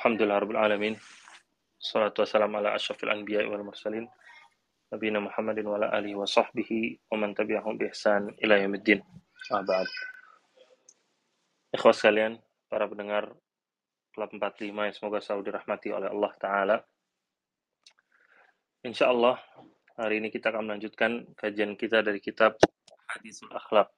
Alhamdulillah alamin. Wassalatu wassalamu ala asyrafil anbiya'i wal mursalin nabiyina Muhammadin wa ala alihi wa sahbihi wa man tabi'ahum bi ihsan ila yaumiddin. Ba'd. Ikhwas sekalian, para pendengar Club 45 yang semoga selalu dirahmati oleh Allah taala. Insyaallah hari ini kita akan melanjutkan kajian kita dari kitab Hadisul Akhlaq.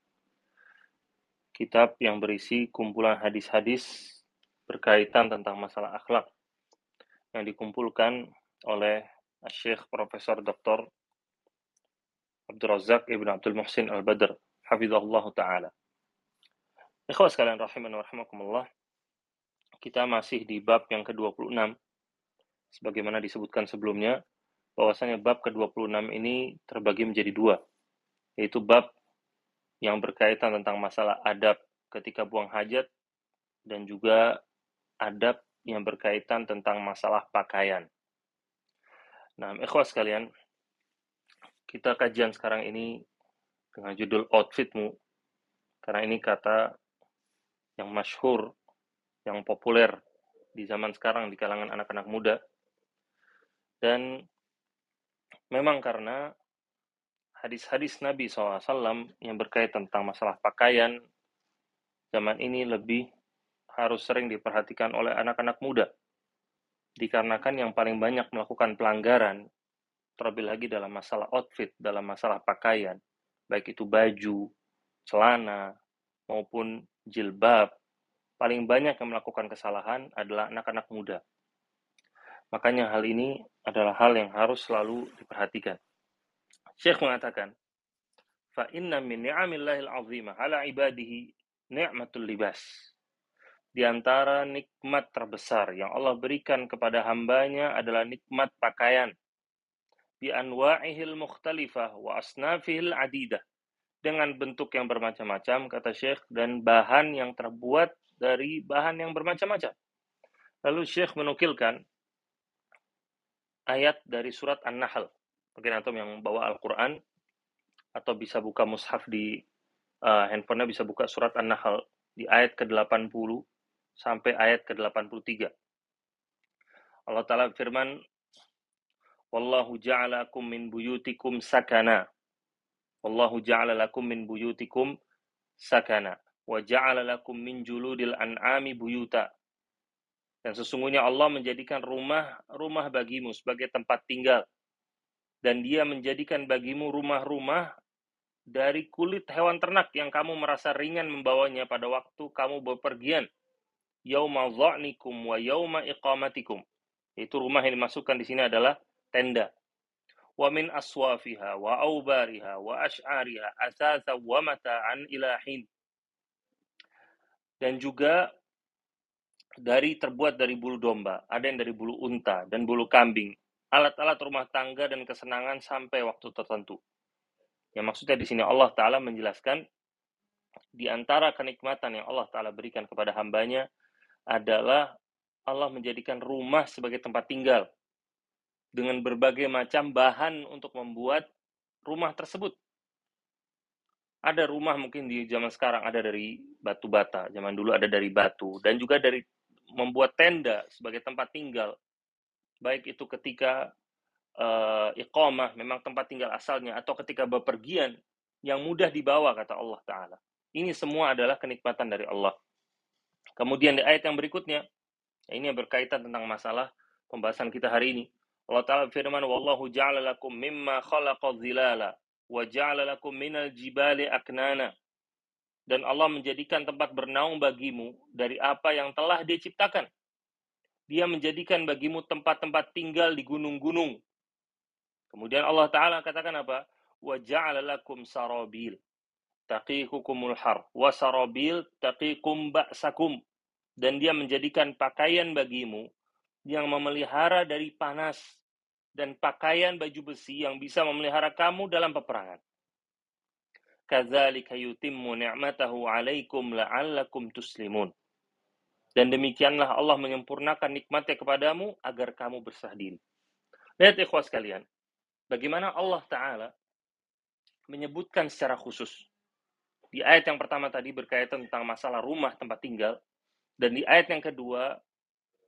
Kitab yang berisi kumpulan hadis-hadis berkaitan tentang masalah akhlak yang dikumpulkan oleh Syekh Profesor Dr. Abdul Razak Ibn Abdul Muhsin Al-Badr hafizahullah ta'ala. Ikhwas sekalian rahiman wa rahimakumullah, kita masih di bab yang ke-26 sebagaimana disebutkan sebelumnya, bahwasanya bab ke-26 ini terbagi menjadi dua, yaitu bab yang berkaitan tentang masalah adab ketika buang hajat dan juga adab yang berkaitan tentang masalah pakaian. Nah, ikhwas sekalian, kita kajian sekarang ini dengan judul outfitmu, karena ini kata yang masyhur, yang populer di zaman sekarang di kalangan anak-anak muda. Dan memang karena hadis-hadis Nabi SAW yang berkaitan tentang masalah pakaian zaman ini lebih harus sering diperhatikan oleh anak-anak muda, dikarenakan yang paling banyak melakukan pelanggaran, terlebih lagi dalam masalah outfit, dalam masalah pakaian, baik itu baju, celana, maupun jilbab, paling banyak yang melakukan kesalahan adalah anak-anak muda. Makanya hal ini adalah hal yang harus selalu diperhatikan. Syekh mengatakan, fa inna min ni'amillahil 'azimah 'ala 'ibadihi ni'matul libas. Di antara nikmat terbesar yang Allah berikan kepada hambanya adalah nikmat pakaian. Bi anwa'ihil mukhtalifah wa asnafihil 'adidah. Dengan bentuk yang bermacam-macam, kata Syekh, dan bahan yang terbuat dari bahan yang bermacam-macam. Lalu Syekh menukilkan ayat dari surat An-Nahl. Mungkin antum yang bawa Al-Quran atau bisa buka mushaf di handphonenya, bisa buka surat An-Nahl di ayat ke-80 sampai ayat ke-83. Allah Ta'ala firman, Wallahu ja'ala lakum min buyutikum sakana. Wallahu ja'ala lakum min buyutikum sakana. Wa ja'ala lakum min juludil an'ami buyuta. Dan sesungguhnya Allah menjadikan rumah bagimu sebagai tempat tinggal. Dan Dia menjadikan bagimu rumah-rumah dari kulit hewan ternak yang kamu merasa ringan membawanya pada waktu kamu bepergian. Yauma dha'nikum wa yauma iqamatikum. Itu rumah yang dimasukkan di sini adalah tenda. Wa min aswafiha wa aubariha wa ash'ariha asasa wa mata'an ilahin. Dan juga terbuat dari bulu domba, ada yang dari bulu unta dan bulu kambing, alat-alat rumah tangga dan kesenangan sampai waktu tertentu. Yang maksudnya di sini Allah Ta'ala menjelaskan di antara kenikmatan yang Allah Ta'ala berikan kepada hambanya adalah Allah menjadikan rumah sebagai tempat tinggal dengan berbagai macam bahan untuk membuat rumah tersebut. Ada rumah mungkin di zaman sekarang ada dari batu bata, zaman dulu ada dari batu, dan juga dari membuat tenda sebagai tempat tinggal, baik itu ketika iqamah, memang tempat tinggal asalnya, atau ketika bepergian yang mudah dibawa, kata Allah Ta'ala. Ini semua adalah kenikmatan dari Allah. Kemudian di ayat yang berikutnya, ini yang berkaitan tentang masalah pembahasan kita hari ini. Allah Ta'ala firman, Wallahu ja'ala lakum mimma khalaqa dhilala, wa ja'ala lakum minal jibali aknana. Dan Allah menjadikan tempat bernaung bagimu dari apa yang telah Dia ciptakan. Dia menjadikan bagimu tempat-tempat tinggal di gunung-gunung. Kemudian Allah Ta'ala katakan apa? Wa ja'ala lakum sarabil taqiqukumul har wa sarabil taqiqum ba'sakum. Dan Dia menjadikan pakaian bagimu yang memelihara dari panas, dan pakaian baju besi yang bisa memelihara kamu dalam peperangan. Kadzalika yutimmu ni'matahu 'alaikum la'allakum tuslimun. Dan demikianlah Allah menyempurnakan nikmatnya kepadamu agar kamu berserah diri. Lihat ikhwas sekalian, bagaimana Allah Ta'ala menyebutkan secara khusus. Di ayat yang pertama tadi berkaitan tentang masalah rumah tempat tinggal, dan di ayat yang kedua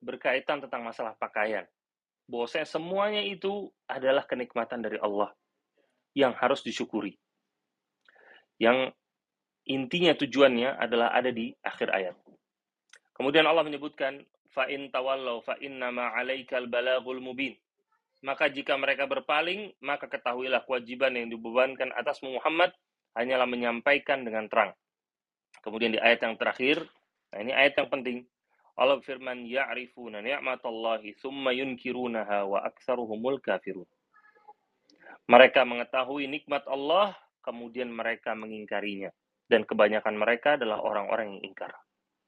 berkaitan tentang masalah pakaian. Bahwasanya semuanya itu adalah kenikmatan dari Allah yang harus disyukuri. Yang intinya tujuannya adalah ada di akhir ayat. Kemudian Allah menyebutkan, fa in tawallaw fa innama 'alaikal balagul mubin. Maka jika mereka berpaling, maka ketahuilah kewajiban yang dibebankan atasmu Muhammad hanyalah menyampaikan dengan terang. Kemudian di ayat yang terakhir, nah ini ayat yang penting. Allah firman, ya'rifuna ni'matallahi thumma yunkirunaha wa aktsaruhumul kafirun. Mereka mengetahui nikmat Allah, kemudian mereka mengingkarinya. Dan kebanyakan mereka adalah orang-orang yang ingkar.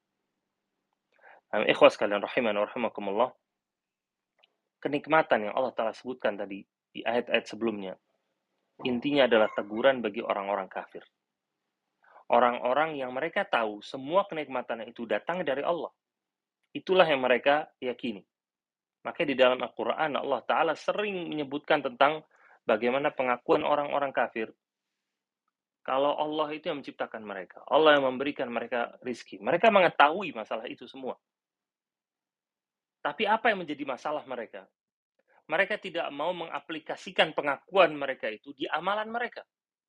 Nah, ikhwas kalian rahiman wa rahimakumullah, kenikmatan yang Allah Ta'ala sebutkan tadi di ayat-ayat sebelumnya, intinya adalah teguran bagi orang-orang kafir. Orang-orang yang mereka tahu semua kenikmatan itu datang dari Allah. Itulah yang mereka yakini. Makanya di dalam Al-Quran Allah Ta'ala sering menyebutkan tentang bagaimana pengakuan orang-orang kafir. Kalau Allah itu yang menciptakan mereka, Allah yang memberikan mereka rizki. Mereka mengetahui masalah itu semua. Tapi apa yang menjadi masalah mereka? Mereka tidak mau mengaplikasikan pengakuan mereka itu di amalan mereka.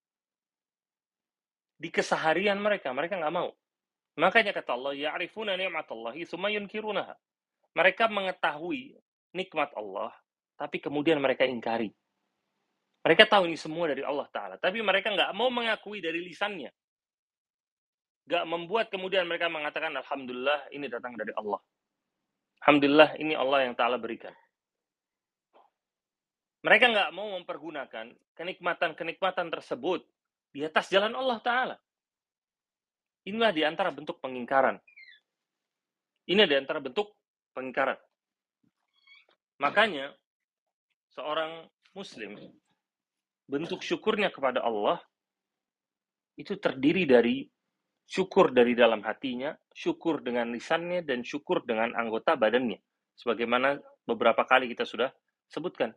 Di keseharian mereka nggak mau. Makanya kata Allah, ya'rifuna ni'matallahi tsumma yunkirunaha. Mereka mengetahui nikmat Allah, tapi kemudian mereka ingkari. Mereka tahu ini semua dari Allah Ta'ala, tapi mereka nggak mau mengakui dari lisannya. Nggak membuat kemudian mereka mengatakan, Alhamdulillah ini datang dari Allah. Alhamdulillah ini Allah yang Ta'ala berikan. Mereka nggak mau mempergunakan kenikmatan-kenikmatan tersebut di atas jalan Allah Ta'ala. Inilah di antara bentuk pengingkaran. Ini di antara bentuk pengingkaran. Makanya, seorang Muslim, bentuk syukurnya kepada Allah, itu terdiri dari syukur dari dalam hatinya, syukur dengan lisannya, dan syukur dengan anggota badannya. Sebagaimana beberapa kali kita sudah sebutkan.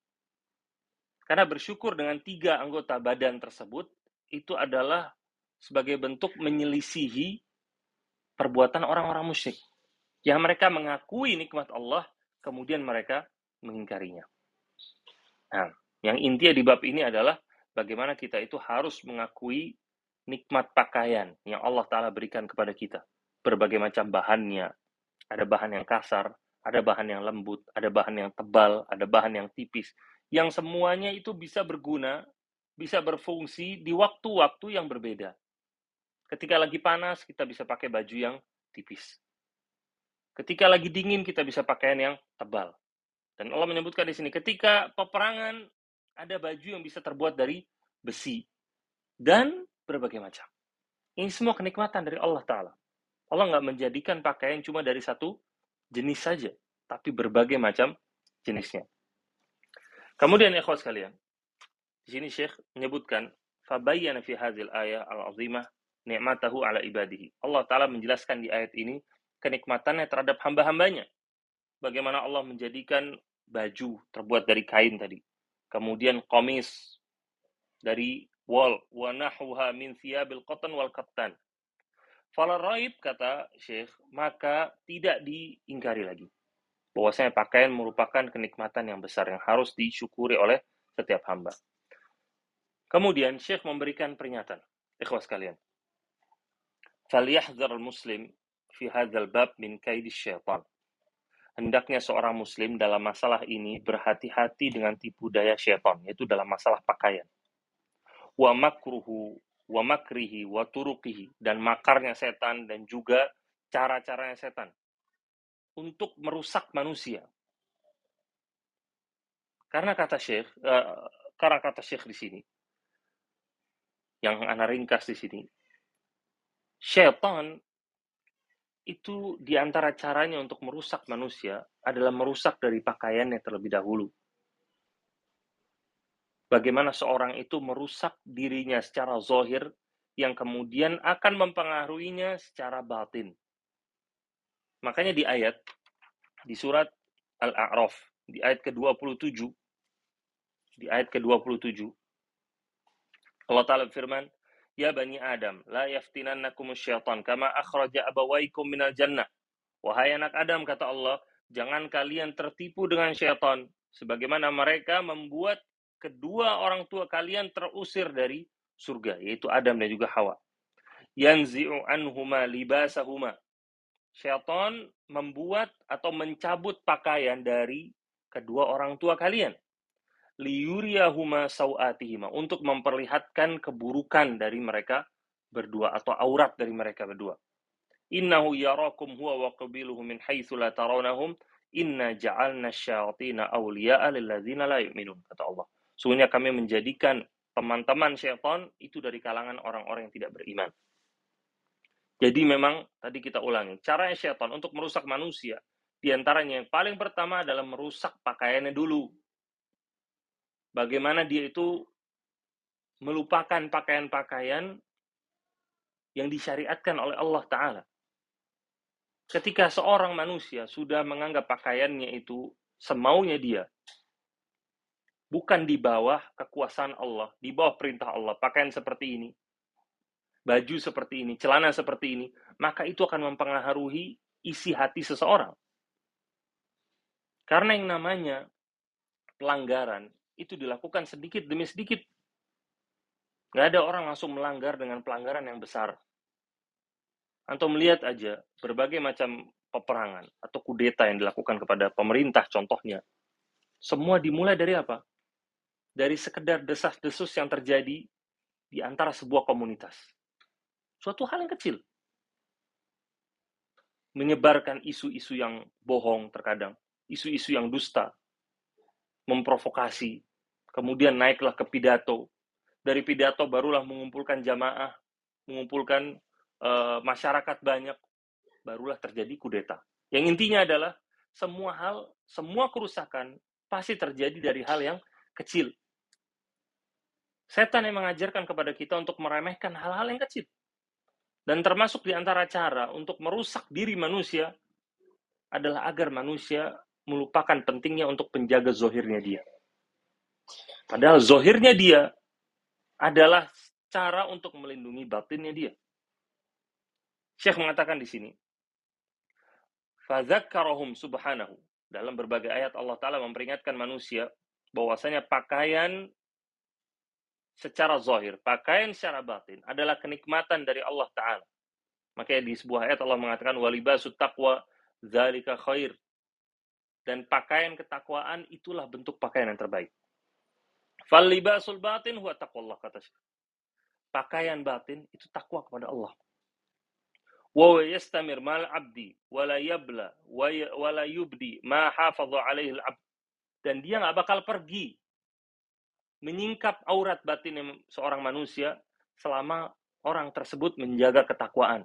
Karena bersyukur dengan 3 anggota badan tersebut, itu adalah sebagai bentuk menyelisihi perbuatan orang-orang musyrik. Yang mereka mengakui nikmat Allah, kemudian mereka mengingkarinya. Nah, yang intinya di bab ini adalah bagaimana kita itu harus mengakui nikmat pakaian yang Allah Ta'ala berikan kepada kita. Berbagai macam bahannya. Ada bahan yang kasar, ada bahan yang lembut, ada bahan yang tebal, ada bahan yang tipis. Yang semuanya itu bisa berguna, bisa berfungsi di waktu-waktu yang berbeda. Ketika lagi panas, kita bisa pakai baju yang tipis. Ketika lagi dingin, kita bisa pakaian yang tebal. Dan Allah menyebutkan di sini, ketika peperangan, ada baju yang bisa terbuat dari besi. Dan berbagai macam. Ini semua kenikmatan dari Allah Ta'ala. Allah nggak menjadikan pakaian cuma dari satu jenis saja, tapi berbagai macam jenisnya. Kemudian ikhwas sekalian, di sini Syekh menyebutkan, fabayyana fi hadzal ayah al-azimah ni'matahu ala ibadihi. Allah Ta'ala menjelaskan di ayat ini kenikmatannya terhadap hamba-hambanya. Bagaimana Allah menjadikan baju terbuat dari kain tadi. Kemudian komis dari wol, wa nahwuha min thiyabil qatan wal kattan. Fala raib, kata Syekh, maka tidak diingkari lagi. Bahwasanya pakaian merupakan kenikmatan yang besar yang harus disyukuri oleh setiap hamba. Kemudian Syekh memberikan peringatan. Ikhwas kalian. Falyahdhar al-muslim fi hadzal bab min kaidis syaitan. Hendaknya seorang muslim dalam masalah ini berhati-hati dengan tipu daya syaitan, yaitu dalam masalah pakaian. Wa makruhu wa makrihi wa turuqihi, dan makarnya setan dan juga cara-caranya setan untuk merusak manusia. Karena kata Syekh di sini, yang ana ringkas di sini, syaitan itu di antara caranya untuk merusak manusia adalah merusak dari pakaiannya terlebih dahulu. Bagaimana seorang itu merusak dirinya secara zahir yang kemudian akan mempengaruhinya secara batin. Makanya di surat Al-A'raf, di ayat ke-27, Allah Ta'ala firman, Ya Bani Adam, la yaftinannakumus syaitan, kama akhraja abawaikum minal jannah. Wahai anak Adam, kata Allah, Jangan kalian tertipu dengan syaitan, sebagaimana mereka membuat kedua orang tua kalian terusir dari surga, yaitu Adam dan juga Hawa. Yanzi'u anhuma libasahuma. Syaitan membuat atau mencabut pakaian dari kedua orang tua kalian. Liyuriyahuma sawatihima, untuk memperlihatkan keburukan dari mereka berdua atau aurat dari mereka berdua. Innahu yarakum huwa wa qabiluhu min haitsu la tarawnahum inna ja'alna syayatina awliya'a lilladzina la yu'minun, kata Allah. Sungguhnya kami menjadikan teman-teman syaitan itu dari kalangan orang-orang yang tidak beriman. Jadi memang tadi kita ulangi, caranya syaitan untuk merusak manusia, diantaranya yang paling pertama adalah merusak pakaiannya dulu. Bagaimana dia itu melupakan pakaian-pakaian yang disyariatkan oleh Allah Ta'ala. Ketika seorang manusia sudah menganggap pakaiannya itu semaunya dia, bukan di bawah kekuasaan Allah, di bawah perintah Allah, pakaian seperti ini, baju seperti ini, celana seperti ini, maka itu akan mempengaruhi isi hati seseorang. Karena yang namanya pelanggaran itu dilakukan sedikit demi sedikit. Nggak ada orang langsung melanggar dengan pelanggaran yang besar. Atau melihat aja berbagai macam peperangan atau kudeta yang dilakukan kepada pemerintah contohnya. Semua dimulai dari apa? Dari sekedar desas-desus yang terjadi di antara sebuah komunitas. Suatu hal yang kecil. Menyebarkan isu-isu yang bohong terkadang, isu-isu yang dusta, memprovokasi, kemudian naiklah ke pidato. Dari pidato barulah mengumpulkan jamaah, mengumpulkan masyarakat banyak, barulah terjadi kudeta. Yang intinya adalah semua hal, semua kerusakan pasti terjadi dari hal yang kecil. Setan yang mengajarkan kepada kita untuk meremehkan hal-hal yang kecil. Dan termasuk di antara cara untuk merusak diri manusia adalah agar manusia melupakan pentingnya untuk menjaga zohirnya dia. Padahal zohirnya dia adalah cara untuk melindungi batinnya dia. Syekh mengatakan di sini, fadzakkarahum subhanahu. Dalam berbagai ayat Allah Ta'ala memperingatkan manusia bahwasanya pakaian secara zahir, pakaian secara batin adalah kenikmatan dari Allah Ta'ala. Makanya di sebuah ayat Allah mengatakan walibasut taqwa dzalika khair. Dan pakaian ketakwaan itulah bentuk pakaian yang terbaik. Fal libasul batin huwa taqwallah, kata Syekh. Pakaian batin itu takwa kepada Allah. Wa yastamir mal abdi wala yabla wala yubdi ma hafadha alaihi al-abd. Dan dia enggak bakal pergi menyingkap aurat batin seorang manusia selama orang tersebut menjaga ketakwaan.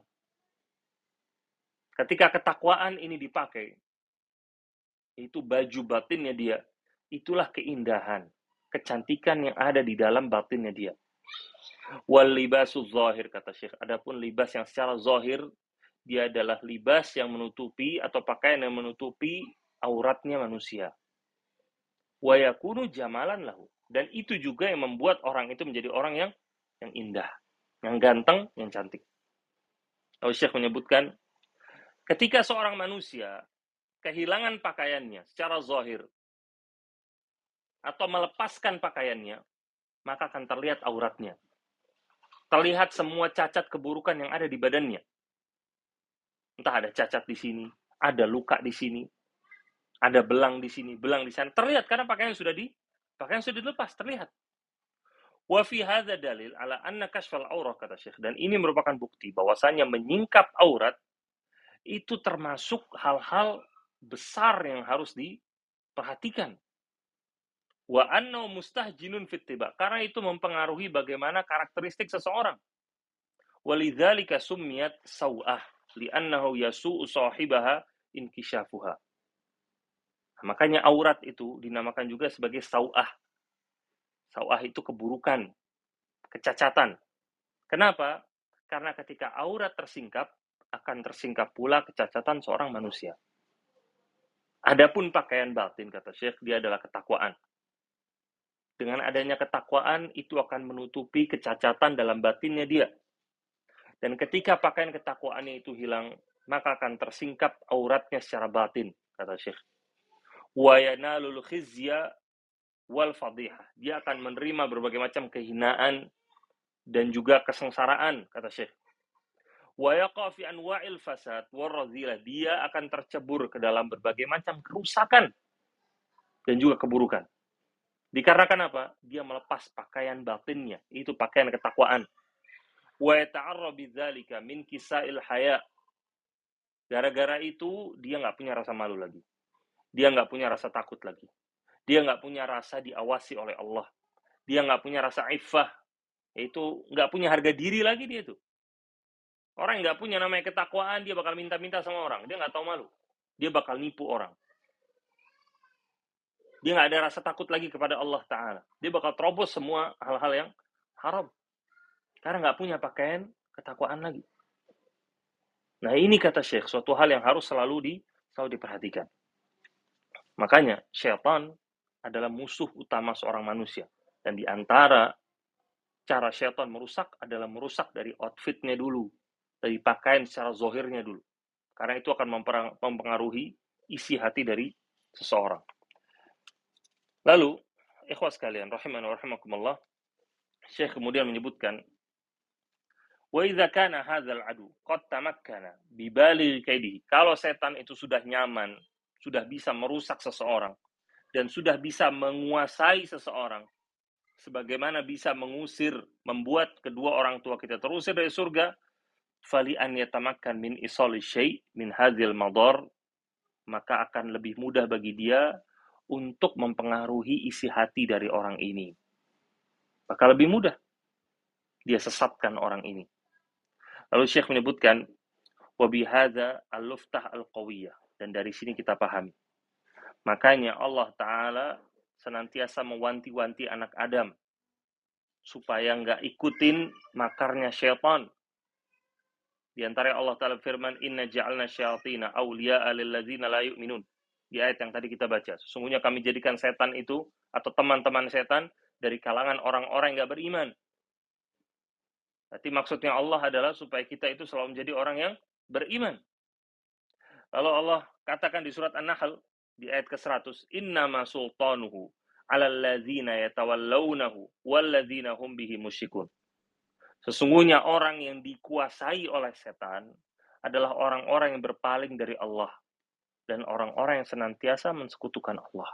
Ketika ketakwaan ini dipakai, itu baju batinnya dia, itulah keindahan, kecantikan yang ada di dalam batinnya dia. Wal libasu zahir, kata Syekh. Adapun libas yang secara zahir, dia adalah libas yang menutupi atau pakaian yang menutupi auratnya manusia. Wa yakunu jamalan lahu. Dan itu juga yang membuat orang itu menjadi orang yang indah, yang ganteng, yang cantik. Lalu Syekh menyebutkan, ketika seorang manusia kehilangan pakaiannya secara zahir atau melepaskan pakaiannya, maka akan terlihat auratnya. Terlihat semua cacat keburukan yang ada di badannya. Entah ada cacat di sini, ada luka di sini, ada belang di sini, belang di sana. Terlihat karena pakaian sudah dilepas, terlihat. Wa fi hadza dalil ala anna kashfal aurah, kata Syekh. Dan ini merupakan bukti bahwasanya menyingkap aurat itu termasuk hal-hal besar yang harus diperhatikan. Wa annahu mustahjinun fit tiba, karena itu mempengaruhi bagaimana karakteristik seseorang. Walidzalika summiyat sawah li'annahu yasu'u sahibaha inkishafuha. Makanya aurat itu dinamakan juga sebagai sawah. Sawah itu keburukan, kecacatan. Kenapa? Karena ketika aurat tersingkap, akan tersingkap pula kecacatan seorang manusia. Adapun pakaian batin, kata Syekh, dia adalah ketakwaan. Dengan adanya ketakwaan, itu akan menutupi kecacatan dalam batinnya dia. Dan ketika pakaian ketakwaannya itu hilang, maka akan tersingkap auratnya secara batin. kata Syekh. Wa yanalul khizya wal fadihah. Dia akan menerima berbagai macam kehinaan dan juga kesengsaraan, kata Syekh. Wa yaqa fi anwa'il fasad war radhilah. Dia akan tercebur ke dalam berbagai macam kerusakan dan juga keburukan. Dikarenakan apa? Dia melepas pakaian batinnya, itu pakaian ketakwaan. Wa yata'arra bidzalika min kisail haya. Gara-gara itu dia nggak punya rasa malu lagi. Dia nggak punya rasa takut lagi. Dia nggak punya rasa diawasi oleh Allah. Dia nggak punya rasa iffah, yaitu nggak punya harga diri lagi dia tuh. Orang yang nggak punya namanya ketakwaan, dia bakal minta-minta sama orang. Dia nggak tahu malu. Dia bakal nipu orang. Dia nggak ada rasa takut lagi kepada Allah Ta'ala. Dia bakal terobos semua hal-hal yang haram. Karena nggak punya pakaian ketakwaan lagi. Nah ini kata Syekh, suatu hal yang harus selalu diperhatikan. Makanya syaitan adalah musuh utama seorang manusia. Dan di antara cara syaitan merusak adalah merusak dari outfitnya dulu. Dari pakaian secara zohirnya dulu. Karena itu akan mempengaruhi isi hati dari seseorang. Lalu, ikhwas sekalian, rahimana wa rahimakumullah, Syekh kemudian menyebutkan, وَإِذَا كَانَ هَذَا الْعَدُوُ قَدْ تَمَكَّنَ بِبَالِغِ كَيْدِهِ. Kalau setan itu sudah nyaman, sudah bisa merusak seseorang, dan sudah bisa menguasai seseorang, sebagaimana bisa mengusir, membuat kedua orang tua kita terusir dari surga, فَلِأَنْ يَتَمَكَّنْ مِنْ إِصَالِ الشَّيْءِ مِنْ هَذِهِ الْمَضَارِ. Maka akan lebih mudah bagi dia untuk mempengaruhi isi hati dari orang ini. Maka lebih mudah dia sesatkan orang ini. Lalu Syekh menyebutkan, wabihada al-luftah al-qawiyah. Dan dari sini kita pahami. Makanya Allah Ta'ala senantiasa mewanti-wanti anak Adam supaya nggak ikutin makarnya syaitan. Di antara Allah Ta'ala firman, inna ja'alna syayatina awliya'a lilladzina la yu'minun. Di ayat yang tadi kita baca. Sesungguhnya kami jadikan setan itu, atau teman-teman setan, dari kalangan orang-orang yang nggak beriman. Berarti maksudnya Allah adalah supaya kita itu selalu menjadi orang yang beriman. Lalu Allah katakan di surat An-Nahl di ayat ke-100, innama sultanuhu 'alal ladzina yatawallawnahu wal ladzina hum bihi musyrikun. Sesungguhnya orang yang dikuasai oleh setan adalah orang-orang yang berpaling dari Allah dan orang-orang yang senantiasa mensekutukan Allah.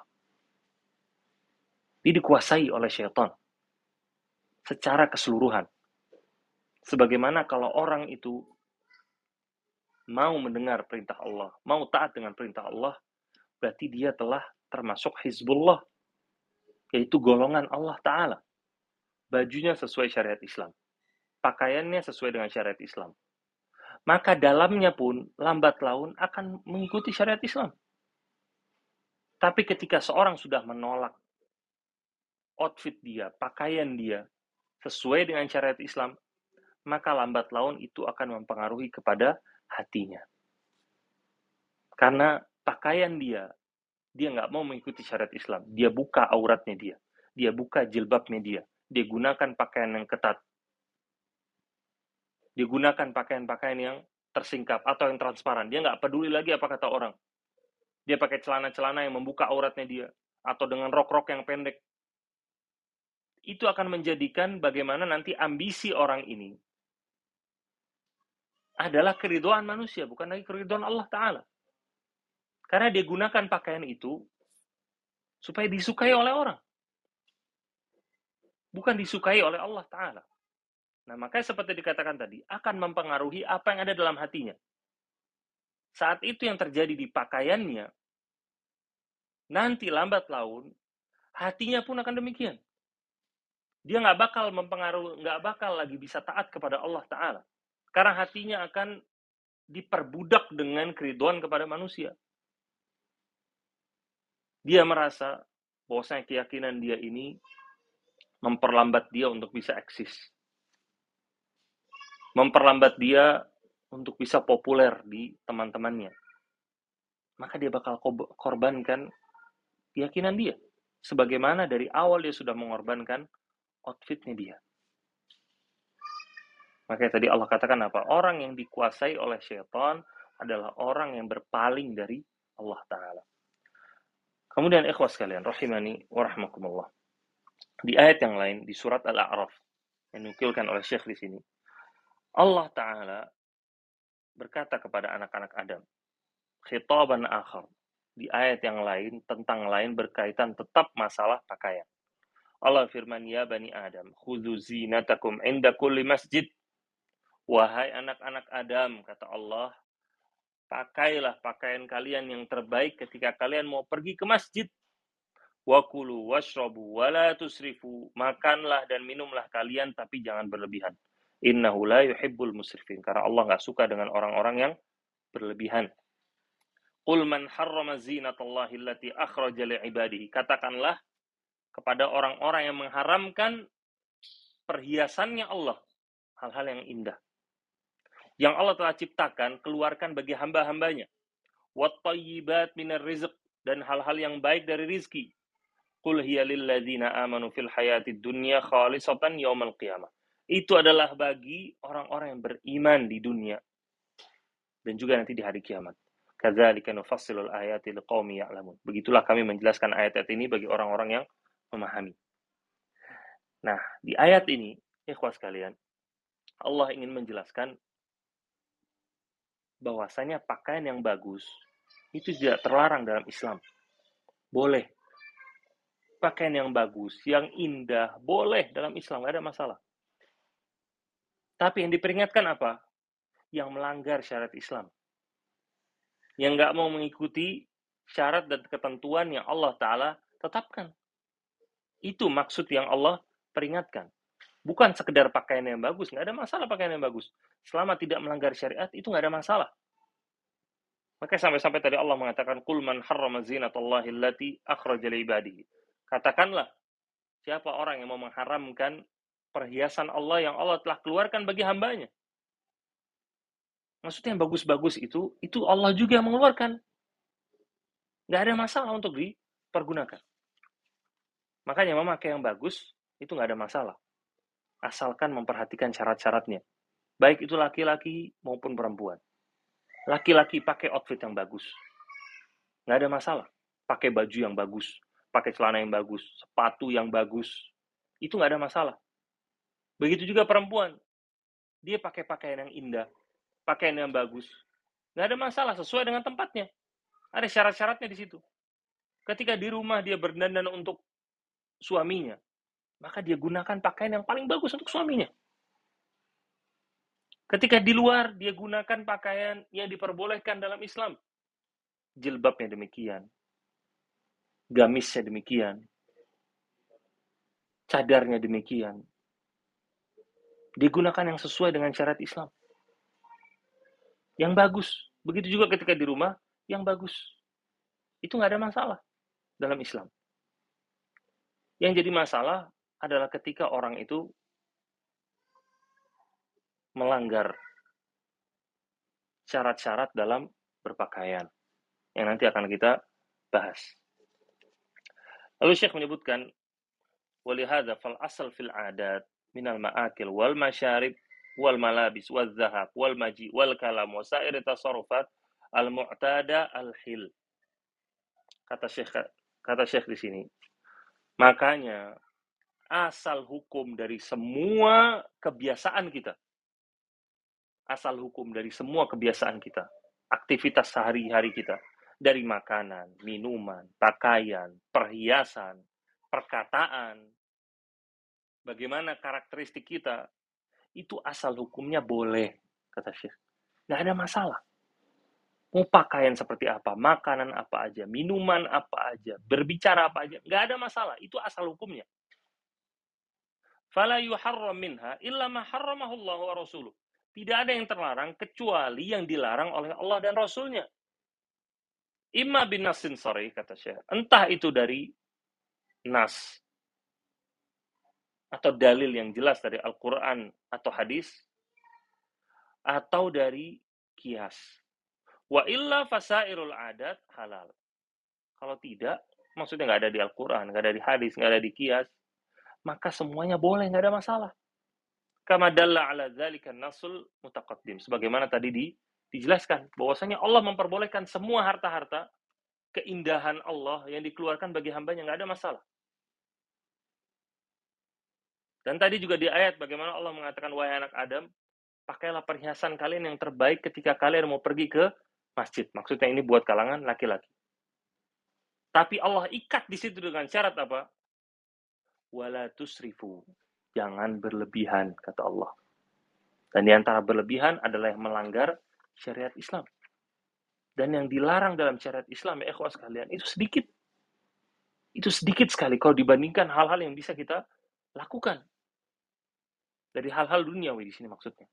Dia dikuasai oleh syaitan secara keseluruhan. Sebagaimana kalau orang itu mau mendengar perintah Allah, mau taat dengan perintah Allah, berarti dia telah termasuk Hizbullah, yaitu golongan Allah Ta'ala. Bajunya sesuai syariat Islam. Pakaiannya sesuai dengan syariat Islam. Maka dalamnya pun lambat laun akan mengikuti syariat Islam. Tapi ketika seorang sudah menolak outfit dia, pakaian dia, sesuai dengan syariat Islam, maka lambat laun itu akan mempengaruhi kepada hatinya. Karena pakaian dia nggak mau mengikuti syariat Islam. Dia buka auratnya dia buka jilbabnya dia gunakan pakaian yang ketat, dia gunakan pakaian-pakaian yang tersingkap atau yang transparan. Dia nggak peduli lagi apa kata orang. Dia pakai celana-celana yang membuka auratnya dia, atau dengan rok-rok yang pendek. Itu akan menjadikan bagaimana nanti ambisi orang ini adalah keridhaan manusia, bukan lagi keridhaan Allah Ta'ala. Karena dia gunakan pakaian itu supaya disukai oleh orang, bukan disukai oleh Allah Ta'ala. Nah, makanya seperti dikatakan tadi, akan mempengaruhi apa yang ada dalam hatinya. Saat itu yang terjadi di pakaiannya, nanti lambat laun, hatinya pun akan demikian. Dia nggak bakal lagi bisa taat kepada Allah Ta'ala. Karena hatinya akan diperbudak dengan keridhaan kepada manusia. Dia merasa bahwasanya keyakinan dia ini memperlambat dia untuk bisa eksis. Memperlambat dia untuk bisa populer di teman-temannya. Maka dia bakal korbankan keyakinan dia. Sebagaimana dari awal dia sudah mengorbankan outfitnya dia. Makanya tadi Allah katakan apa? Orang yang dikuasai oleh syaitan adalah orang yang berpaling dari Allah Ta'ala. Kemudian ikhwas sekalian, rahimani wa rahmakumullah. Di ayat yang lain, di surat Al-A'raf, yang dinukilkan oleh Syekh di sini, Allah Ta'ala berkata kepada anak-anak Adam, khitaban akhar. Di ayat yang lain, tentang lain berkaitan tetap masalah pakaian. Allah firman, ya bani Adam, khudhu zinatakum inda kulli masjid. Wahai anak-anak Adam, kata Allah, pakailah pakaian kalian yang terbaik ketika kalian mau pergi ke masjid. Wakulu washrabu wala tusrifu. Makanlah dan minumlah kalian, tapi jangan berlebihan. Innahu la yuhibbul musrifin. Karena Allah nggak suka dengan orang-orang yang berlebihan. Qul man harrama zinatallahi allati akhraja li'ibadihi. Katakanlah kepada orang-orang yang mengharamkan perhiasannya Allah, hal-hal yang indah yang Allah telah ciptakan, keluarkan bagi hamba-hambanya. Wat-thayyibat minar rizq, dan hal-hal yang baik dari rizki. Qul hiya lilladzina amanu fil hayatid dunya khalisatan yaumal qiyamah. Itu adalah bagi orang-orang yang beriman di dunia dan juga nanti di hari kiamat. Kadzalika nufassilul ayati liqaumin ya'lamun. Begitulah kami menjelaskan ayat-ayat ini bagi orang-orang yang memahami. Nah, di ayat ini, ikhwas sekalian, Allah ingin menjelaskan bahwasanya pakaian yang bagus itu tidak terlarang dalam Islam. Boleh. Pakaian yang bagus, yang indah, boleh dalam Islam, nggak ada masalah. Tapi yang diperingatkan apa? Yang melanggar syariat Islam. Yang nggak mau mengikuti syarat dan ketentuan yang Allah Ta'ala tetapkan. Itu maksud yang Allah peringatkan. Bukan sekedar pakaian yang bagus, nggak ada masalah pakaian yang bagus. Selama tidak melanggar syariat, itu nggak ada masalah. Maka sampai-sampai tadi Allah mengatakan, Qul man harrama zinatallahi allati akhraja li'ibadihi. Katakanlah, siapa orang yang mau mengharamkan perhiasan Allah yang Allah telah keluarkan bagi hambanya. Maksudnya yang bagus-bagus itu Allah juga yang mengeluarkan. Nggak ada masalah untuk dipergunakan. Makanya memakai yang bagus, itu nggak ada masalah. Asalkan memperhatikan syarat-syaratnya. Baik itu laki-laki maupun perempuan. Laki-laki pakai outfit yang bagus. Nggak ada masalah. Pakai baju yang bagus. Pakai celana yang bagus. Sepatu yang bagus. Itu nggak ada masalah. Begitu juga perempuan. Dia pakai pakaian yang indah. Pakaian yang bagus. Nggak ada masalah. Sesuai dengan tempatnya. Ada syarat-syaratnya di situ. Ketika di rumah dia berdandan untuk suaminya, maka dia gunakan pakaian yang paling bagus untuk suaminya. Ketika di luar, dia gunakan pakaian yang diperbolehkan dalam Islam. Jilbabnya demikian. Gamisnya demikian. Cadarnya demikian. Digunakan yang sesuai dengan syariat Islam. Yang bagus. Begitu juga ketika di rumah, yang bagus. Itu nggak ada masalah dalam Islam. Yang jadi masalah adalah ketika orang itu melanggar syarat-syarat dalam berpakaian. Yang nanti akan kita bahas. Lalu Syekh menyebutkan, walihada fal asal fil adat minal ma'akil wal masyarib wal malabis wal zahab wal maji wal kalam wa sa'ir tasarrufat al mu'tada al hil. Kata Syekh di sini. Makanya asal hukum dari semua kebiasaan kita. Asal hukum dari semua kebiasaan kita. Aktivitas sehari-hari kita. Dari makanan, minuman, pakaian, perhiasan, perkataan, bagaimana karakteristik kita, itu asal hukumnya boleh, kata Syekh. Nggak ada masalah. Mau pakaian seperti apa, makanan apa aja, minuman apa aja, berbicara apa aja, nggak ada masalah. Itu asal hukumnya. Fala yuharram minha illa ma harramahu Allah wa rasuluh. Tidak ada yang terlarang kecuali yang dilarang oleh Allah dan Rasulnya. Imma bin nasin sharih, kata Syekh. Entah itu dari nas atau dalil yang jelas dari Al-Quran atau hadis, atau dari kias. Wa illa fasairul adat halal. Kalau tidak, maksudnya nggak ada di Al-Quran, nggak ada di hadis, nggak ada di kias, maka semuanya boleh, nggak ada masalah. Kama dalla ala dzalika nasul mutaqaddim. Sebagaimana tadi dijelaskan bahwasanya Allah memperbolehkan semua harta-harta keindahan Allah yang dikeluarkan bagi hambanya, nggak ada masalah. Dan tadi juga di ayat bagaimana Allah mengatakan, wahai anak Adam, pakailah perhiasan kalian yang terbaik ketika kalian mau pergi ke masjid. Maksudnya ini buat kalangan laki-laki. Tapi Allah ikat di situ dengan syarat apa? Wala tusrifu. Jangan berlebihan, kata Allah. Dan di antara berlebihan adalah yang melanggar syariat Islam. Dan yang dilarang dalam syariat Islam, ya ikhwas sekalian, itu sedikit. Itu sedikit sekali kalau dibandingkan hal-hal yang bisa kita lakukan. Dari hal-hal duniawi di sini maksudnya.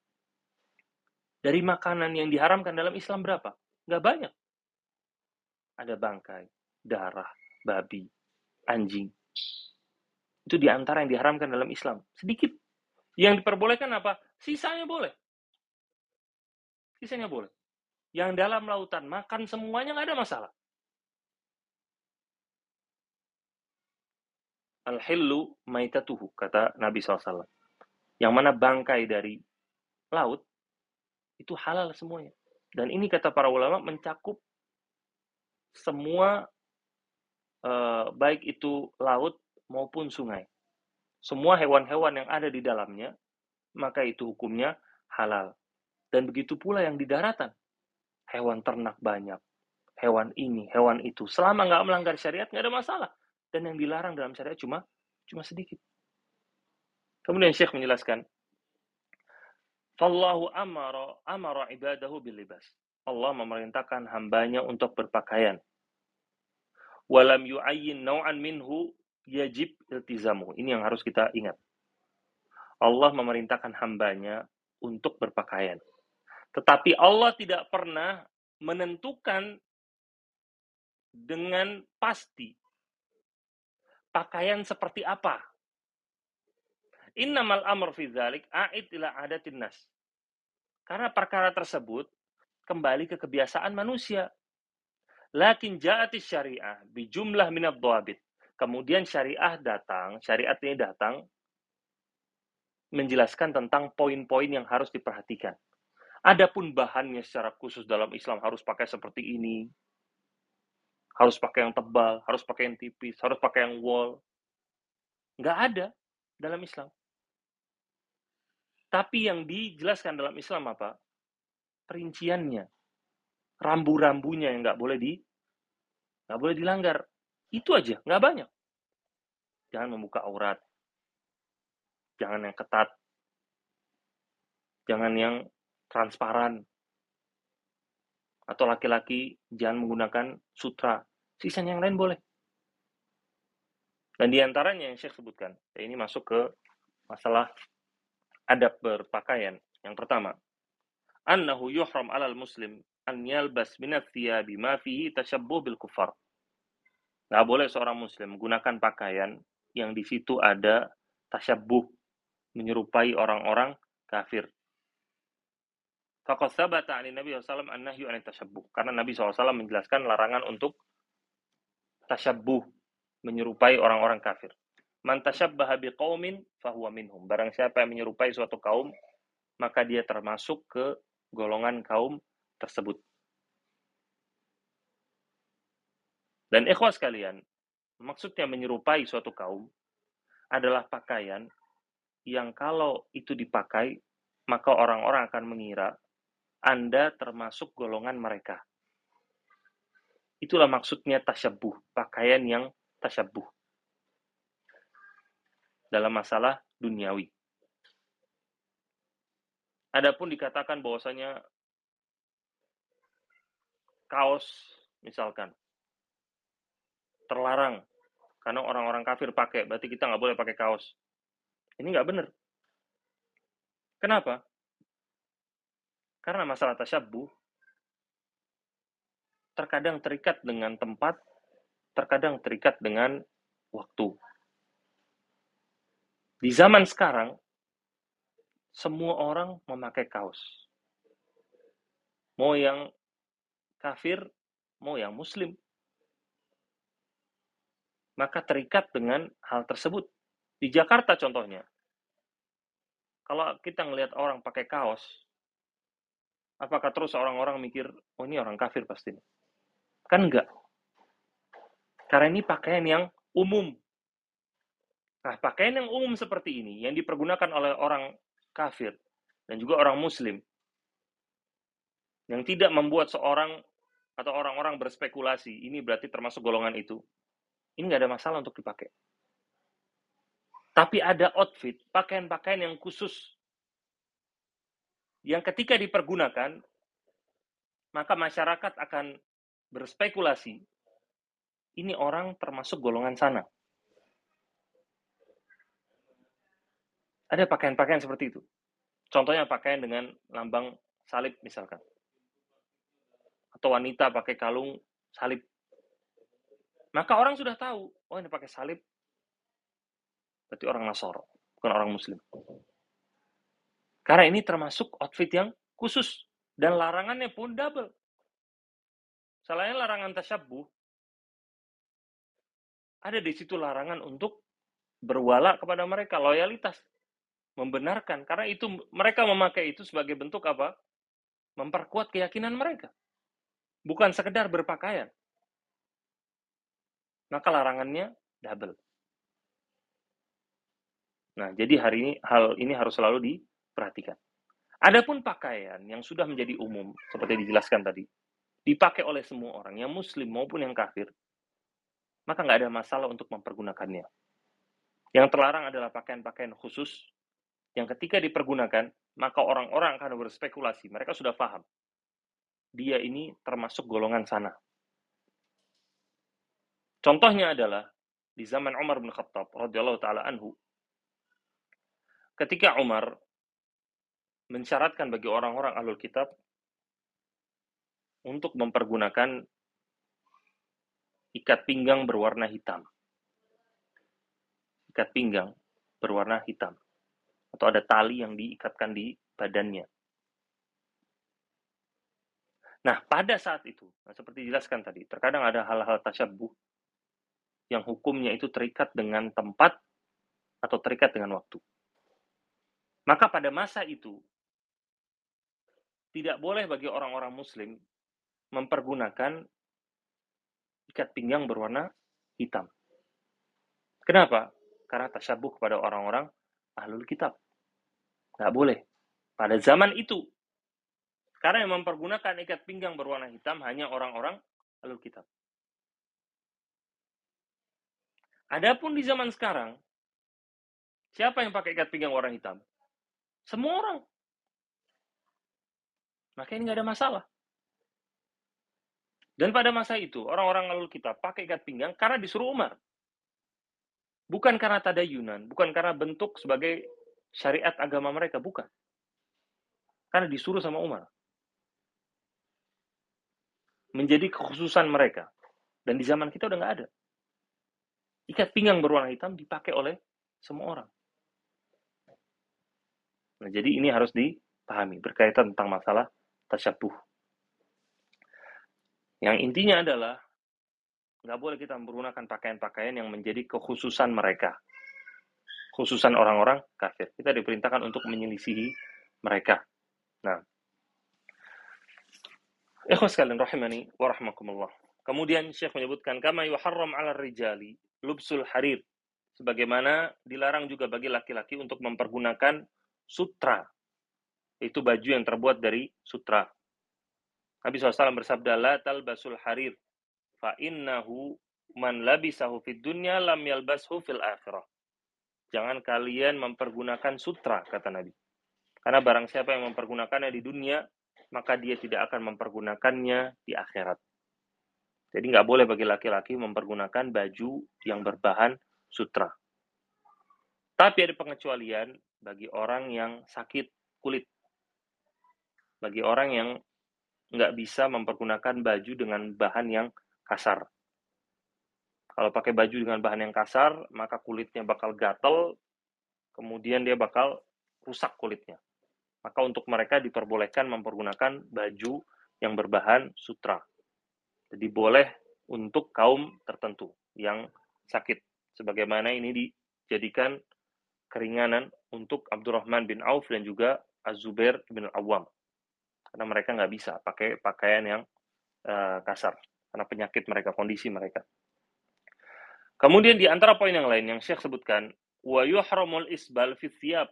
Dari makanan yang diharamkan dalam Islam berapa? Nggak banyak. Ada bangkai, darah, babi, anjing. Itu di antara yang diharamkan dalam Islam. Sedikit. Yang diperbolehkan apa? Sisanya boleh. Sisanya boleh. Yang dalam lautan makan semuanya nggak ada masalah. Al-hillu maitatuhu, kata Nabi SAW. Yang mana bangkai dari laut, itu halal semuanya. Dan ini kata para ulama mencakup semua, baik itu laut maupun sungai. Semua hewan-hewan yang ada di dalamnya, maka itu hukumnya halal. Dan begitu pula yang di daratan. Hewan ternak banyak, hewan ini, hewan itu. Selama nggak melanggar syariat, nggak ada masalah. Dan yang dilarang dalam syariat cuma sedikit. Kemudian Syekh menjelaskan, Fallahu amara ibadahu bil libas. Allah memerintahkan hambanya untuk berpakaian. Walam yu'ayyin naw'an minhu yajib iltizamu. Ini yang harus kita ingat. Allah memerintahkan hambanya untuk berpakaian. Tetapi Allah tidak pernah menentukan dengan pasti pakaian seperti apa. Innamal amr fi dzalik a'id ila adatin nas. Karena perkara tersebut kembali ke kebiasaan manusia. Lakin ja'atis syariah bijumlah minad dhawabit. Kemudian syariat ini datang menjelaskan tentang poin-poin yang harus diperhatikan. Adapun bahannya secara khusus dalam Islam harus pakai seperti ini, harus pakai yang tebal, harus pakai yang tipis, harus pakai yang wool. Nggak ada dalam Islam. Tapi yang dijelaskan dalam Islam apa? Perinciannya, rambu-rambunya yang nggak boleh dilanggar. Itu aja, nggak banyak. Jangan membuka aurat, jangan yang ketat, jangan yang transparan, atau laki-laki jangan menggunakan sutra. Sisanya yang lain boleh. Dan diantaranya yang Syekh sebutkan, ini masuk ke masalah adab berpakaian. Yang pertama, annahu yuhram alal muslim an yalbas minat thiyabi ma fihi tashabbuh bil kufar. Nggak boleh seorang muslim menggunakan pakaian yang di situ ada tasyabbuh, menyerupai orang-orang kafir. Faqad thabata 'an Nabi SAW an-nahyu 'an tasyabbuh. Karena Nabi SAW menjelaskan larangan untuk tasyabbuh, menyerupai orang-orang kafir. Man tasyabbaha biqaumin fahuwa minhum. Barang siapa yang menyerupai suatu kaum, maka dia termasuk ke golongan kaum tersebut. Dan ikhwas sekalian, maksudnya menyerupai suatu kaum adalah pakaian yang kalau itu dipakai, maka orang-orang akan mengira Anda termasuk golongan mereka. Itulah maksudnya tasyabbuh, pakaian yang tasyabbuh dalam masalah duniawi. Adapun dikatakan bahwasanya kaos misalkan terlarang karena orang-orang kafir pakai, berarti kita nggak boleh pakai kaos. Ini nggak benar. Kenapa? Karena masalah tasyabbuh terkadang terikat dengan tempat, terkadang terikat dengan waktu. Di zaman sekarang, semua orang memakai kaos. Mau yang kafir, mau yang muslim. Maka terikat dengan hal tersebut. Di Jakarta contohnya, kalau kita ngelihat orang pakai kaos, apakah terus orang-orang mikir, oh ini orang kafir pasti? Kan enggak. Karena ini pakaian yang umum. Nah, pakaian yang umum seperti ini yang dipergunakan oleh orang kafir dan juga orang muslim yang tidak membuat seorang atau orang-orang berspekulasi, ini berarti termasuk golongan itu. Ini nggak ada masalah untuk dipakai. Tapi ada outfit, pakaian-pakaian yang khusus yang ketika dipergunakan, maka masyarakat akan berspekulasi, ini orang termasuk golongan sana. Ada pakaian-pakaian seperti itu. Contohnya pakaian dengan lambang salib misalkan. Atau wanita pakai kalung salib. Maka orang sudah tahu, oh ini pakai salib, berarti orang Nasoro, bukan orang Muslim. Karena ini termasuk outfit yang khusus. Dan larangannya pun double. Selain larangan tasyabbuh, ada di situ larangan untuk berwala kepada mereka, loyalitas, membenarkan. Karena itu mereka memakai itu sebagai bentuk apa? Memperkuat keyakinan mereka. Bukan sekedar berpakaian. Maka larangannya double. Nah, jadi hal ini harus selalu diperhatikan. Adapun pakaian yang sudah menjadi umum, seperti dijelaskan tadi, dipakai oleh semua orang, yang muslim maupun yang kafir, maka nggak ada masalah untuk mempergunakannya. Yang terlarang adalah pakaian-pakaian khusus, yang ketika dipergunakan, maka orang-orang akan berspekulasi. Mereka sudah paham. Dia ini termasuk golongan sana. Contohnya adalah, di zaman Umar bin Khattab, radhiyallahu ta'ala anhu, ketika Umar mensyaratkan bagi orang-orang ahlul kitab untuk mempergunakan ikat pinggang berwarna hitam. Ikat pinggang berwarna hitam. Atau ada tali yang diikatkan di badannya. Nah, pada saat itu, seperti dijelaskan tadi, terkadang ada hal-hal tasyabbuh yang hukumnya itu terikat dengan tempat atau terikat dengan waktu. Maka pada masa itu, tidak boleh bagi orang-orang muslim mempergunakan ikat pinggang berwarna hitam. Kenapa? Karena tasyabuh kepada orang-orang ahlul kitab. Nggak boleh. Pada zaman itu. Karena yang mempergunakan ikat pinggang berwarna hitam hanya orang-orang ahlul kitab. Adapun di zaman sekarang, siapa yang pakai ikat pinggang warna hitam? Semua orang. Maka ini nggak ada masalah. Dan pada masa itu, orang-orang ahlul kitab pakai ikat pinggang karena disuruh Umar. Bukan karena tadayunan, bukan karena bentuk sebagai syariat agama mereka, bukan. Karena disuruh sama Umar. Menjadi kekhususan mereka. Dan di zaman kita udah nggak ada. Ikat pinggang berwarna hitam dipakai oleh semua orang. Nah, jadi ini harus dipahami berkaitan tentang masalah tasyabuh. Yang intinya adalah nggak boleh kita menggunakan pakaian-pakaian yang menjadi kekhususan mereka. Khususan orang-orang kafir. Kita diperintahkan untuk menyelisihi mereka. Nah, ikhwas sekalian rahimani wa rahmakumullah. Kemudian Syekh menyebutkan kama yuharram 'ala rijali lubsul harir. Sebagaimana dilarang juga bagi laki-laki untuk mempergunakan sutra. Itu baju yang terbuat dari sutra. Nabi SAW bersabda, la talbasul harir, fa innahu man labisahu fid dunya lam yalbashu fil akhirah. Jangan kalian mempergunakan sutra, kata Nabi. Karena barang siapa yang mempergunakannya di dunia, maka dia tidak akan mempergunakannya di akhirat. Jadi nggak boleh bagi laki-laki mempergunakan baju yang berbahan sutra. Tapi ada pengecualian bagi orang yang sakit kulit. Bagi orang yang nggak bisa mempergunakan baju dengan bahan yang kasar. Kalau pakai baju dengan bahan yang kasar, maka kulitnya bakal gatel, kemudian dia bakal rusak kulitnya. Maka untuk mereka diperbolehkan mempergunakan baju yang berbahan sutra. Jadi boleh untuk kaum tertentu yang sakit. Sebagaimana ini dijadikan keringanan untuk Abdurrahman bin Auf dan juga Az-Zubair bin Al-Awwam. Karena mereka nggak bisa pakai pakaian yang kasar. Karena penyakit mereka, kondisi mereka. Kemudian di antara poin yang lain yang Syekh sebutkan, wa yuhramul isbal fi thiyab.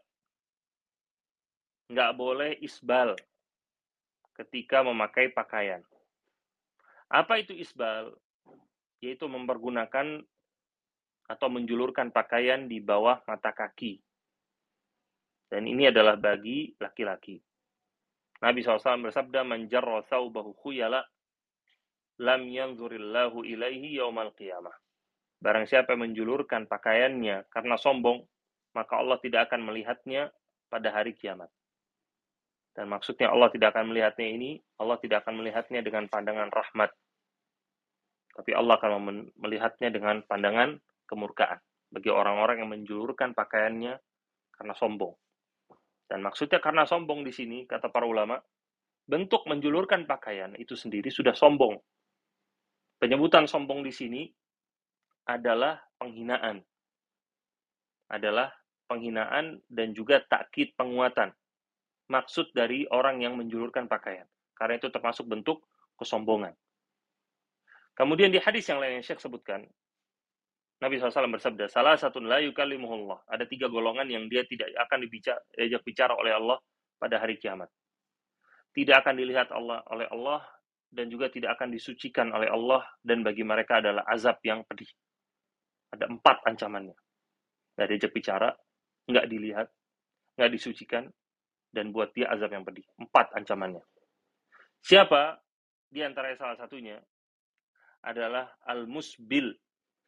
Nggak boleh isbal ketika memakai pakaian. Apa itu isbal? Yaitu mempergunakan atau menjulurkan pakaian di bawah mata kaki. Dan ini adalah bagi laki-laki. Nabi SAW bersabda, "Man jarra thawbahu khuyala, lam yanzurillahu ilaihi yaumal qiyamah." Barang siapa yang menjulurkan pakaiannya karena sombong, maka Allah tidak akan melihatnya pada hari kiamat. Dan maksudnya Allah tidak akan melihatnya ini, Allah tidak akan melihatnya dengan pandangan rahmat. Tapi Allah akan melihatnya dengan pandangan kemurkaan. Bagi orang-orang yang menjulurkan pakaiannya karena sombong. Dan maksudnya karena sombong di sini, kata para ulama, bentuk menjulurkan pakaian itu sendiri sudah sombong. Penyebutan sombong di sini adalah penghinaan. Adalah penghinaan dan juga takkid penguatan. Maksud dari orang yang menjulurkan pakaian. Karena itu termasuk bentuk kesombongan. Kemudian di hadis yang lain yang Syekh sebutkan, Nabi SAW bersabda, salah satu la yukallimuhullah. Ada 3 golongan yang dia tidak akan diajak bicara oleh Allah pada hari kiamat. Tidak akan dilihat oleh Allah dan juga tidak akan disucikan oleh Allah, dan bagi mereka adalah azab yang pedih. Ada 4 ancamannya. Nggak diajak bicara, nggak dilihat, nggak disucikan, dan buat dia azab yang pedih. 4 ancamannya. Siapa? Di antara salah satunya adalah al-musbil.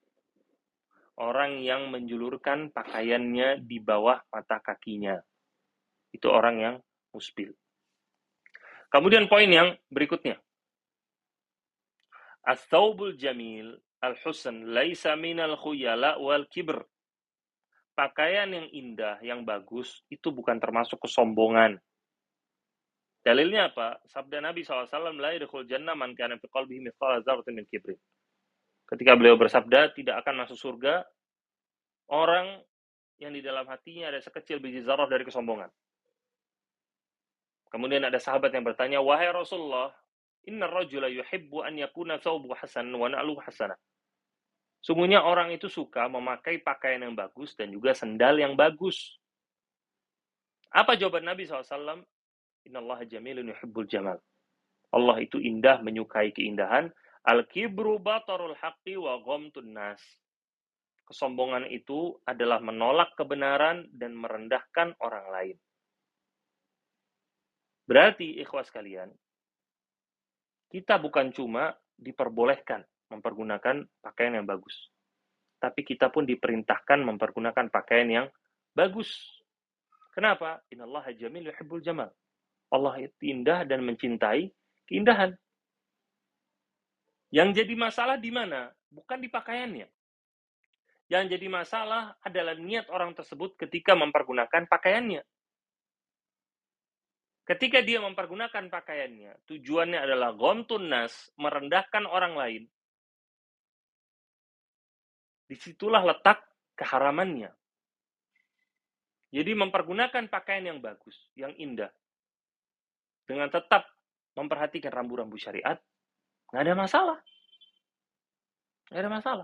Orang yang menjulurkan pakaiannya di bawah mata kakinya. Itu orang yang musbil. Kemudian poin yang berikutnya. As-thawbul jamil al-husn laisa minal khuyala wal kibr. Pakaian yang indah, yang bagus, itu bukan termasuk kesombongan. Dalilnya apa? Sabda Nabi SAW, la yadkhul jannah man kana fi qalbihi mithqala dzarratin min kibrin. Ketika beliau bersabda, tidak akan masuk surga orang yang di dalam hatinya ada sekecil biji zarah dari kesombongan. Kemudian ada sahabat yang bertanya, wahai Rasulullah, inna rajula yuhibbu an yakuna thawbu hasan wa na'luhu hasanah. Sungguhnya orang itu suka memakai pakaian yang bagus dan juga sendal yang bagus. Apa jawaban Nabi SAW? Innallaha jamilun yuhibbul jamal. Allah itu indah, menyukai keindahan. Al-kibru batarul haqqi wa ghamtun nas. Kesombongan itu adalah menolak kebenaran dan merendahkan orang lain. Berarti, ikhwas kalian, kita bukan cuma diperbolehkan mempergunakan pakaian yang bagus, tapi kita pun diperintahkan mempergunakan pakaian yang bagus. Kenapa? Innallaha jamil yuhibbul jamal. Allah itu indah dan mencintai keindahan. Yang jadi masalah di mana? Bukan di pakaiannya. Yang jadi masalah adalah niat orang tersebut ketika mempergunakan pakaiannya. Ketika dia mempergunakan pakaiannya, tujuannya adalah ghamtun nas, merendahkan orang lain. Disitulah letak keharamannya. Jadi mempergunakan pakaian yang bagus, yang indah, dengan tetap memperhatikan rambu-rambu syariat, nggak ada masalah. Nggak ada masalah.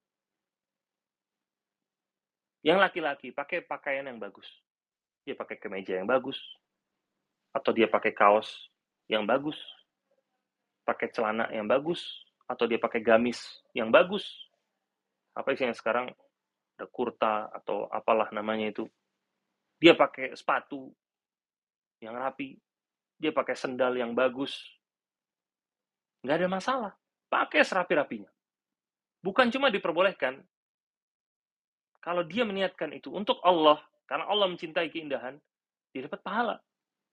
Yang laki-laki pakai pakaian yang bagus. Dia pakai kemeja yang bagus, atau dia pakai kaos yang bagus, pakai celana yang bagus, atau dia pakai gamis yang bagus. Apa sih yang sekarang ada kurta atau apalah namanya itu. Dia pakai sepatu yang rapi, dia pakai sendal yang bagus. Nggak ada masalah. Pakai serapi-rapinya. Bukan cuma diperbolehkan. Kalau dia meniatkan itu untuk Allah, karena Allah mencintai keindahan, dia dapat pahala.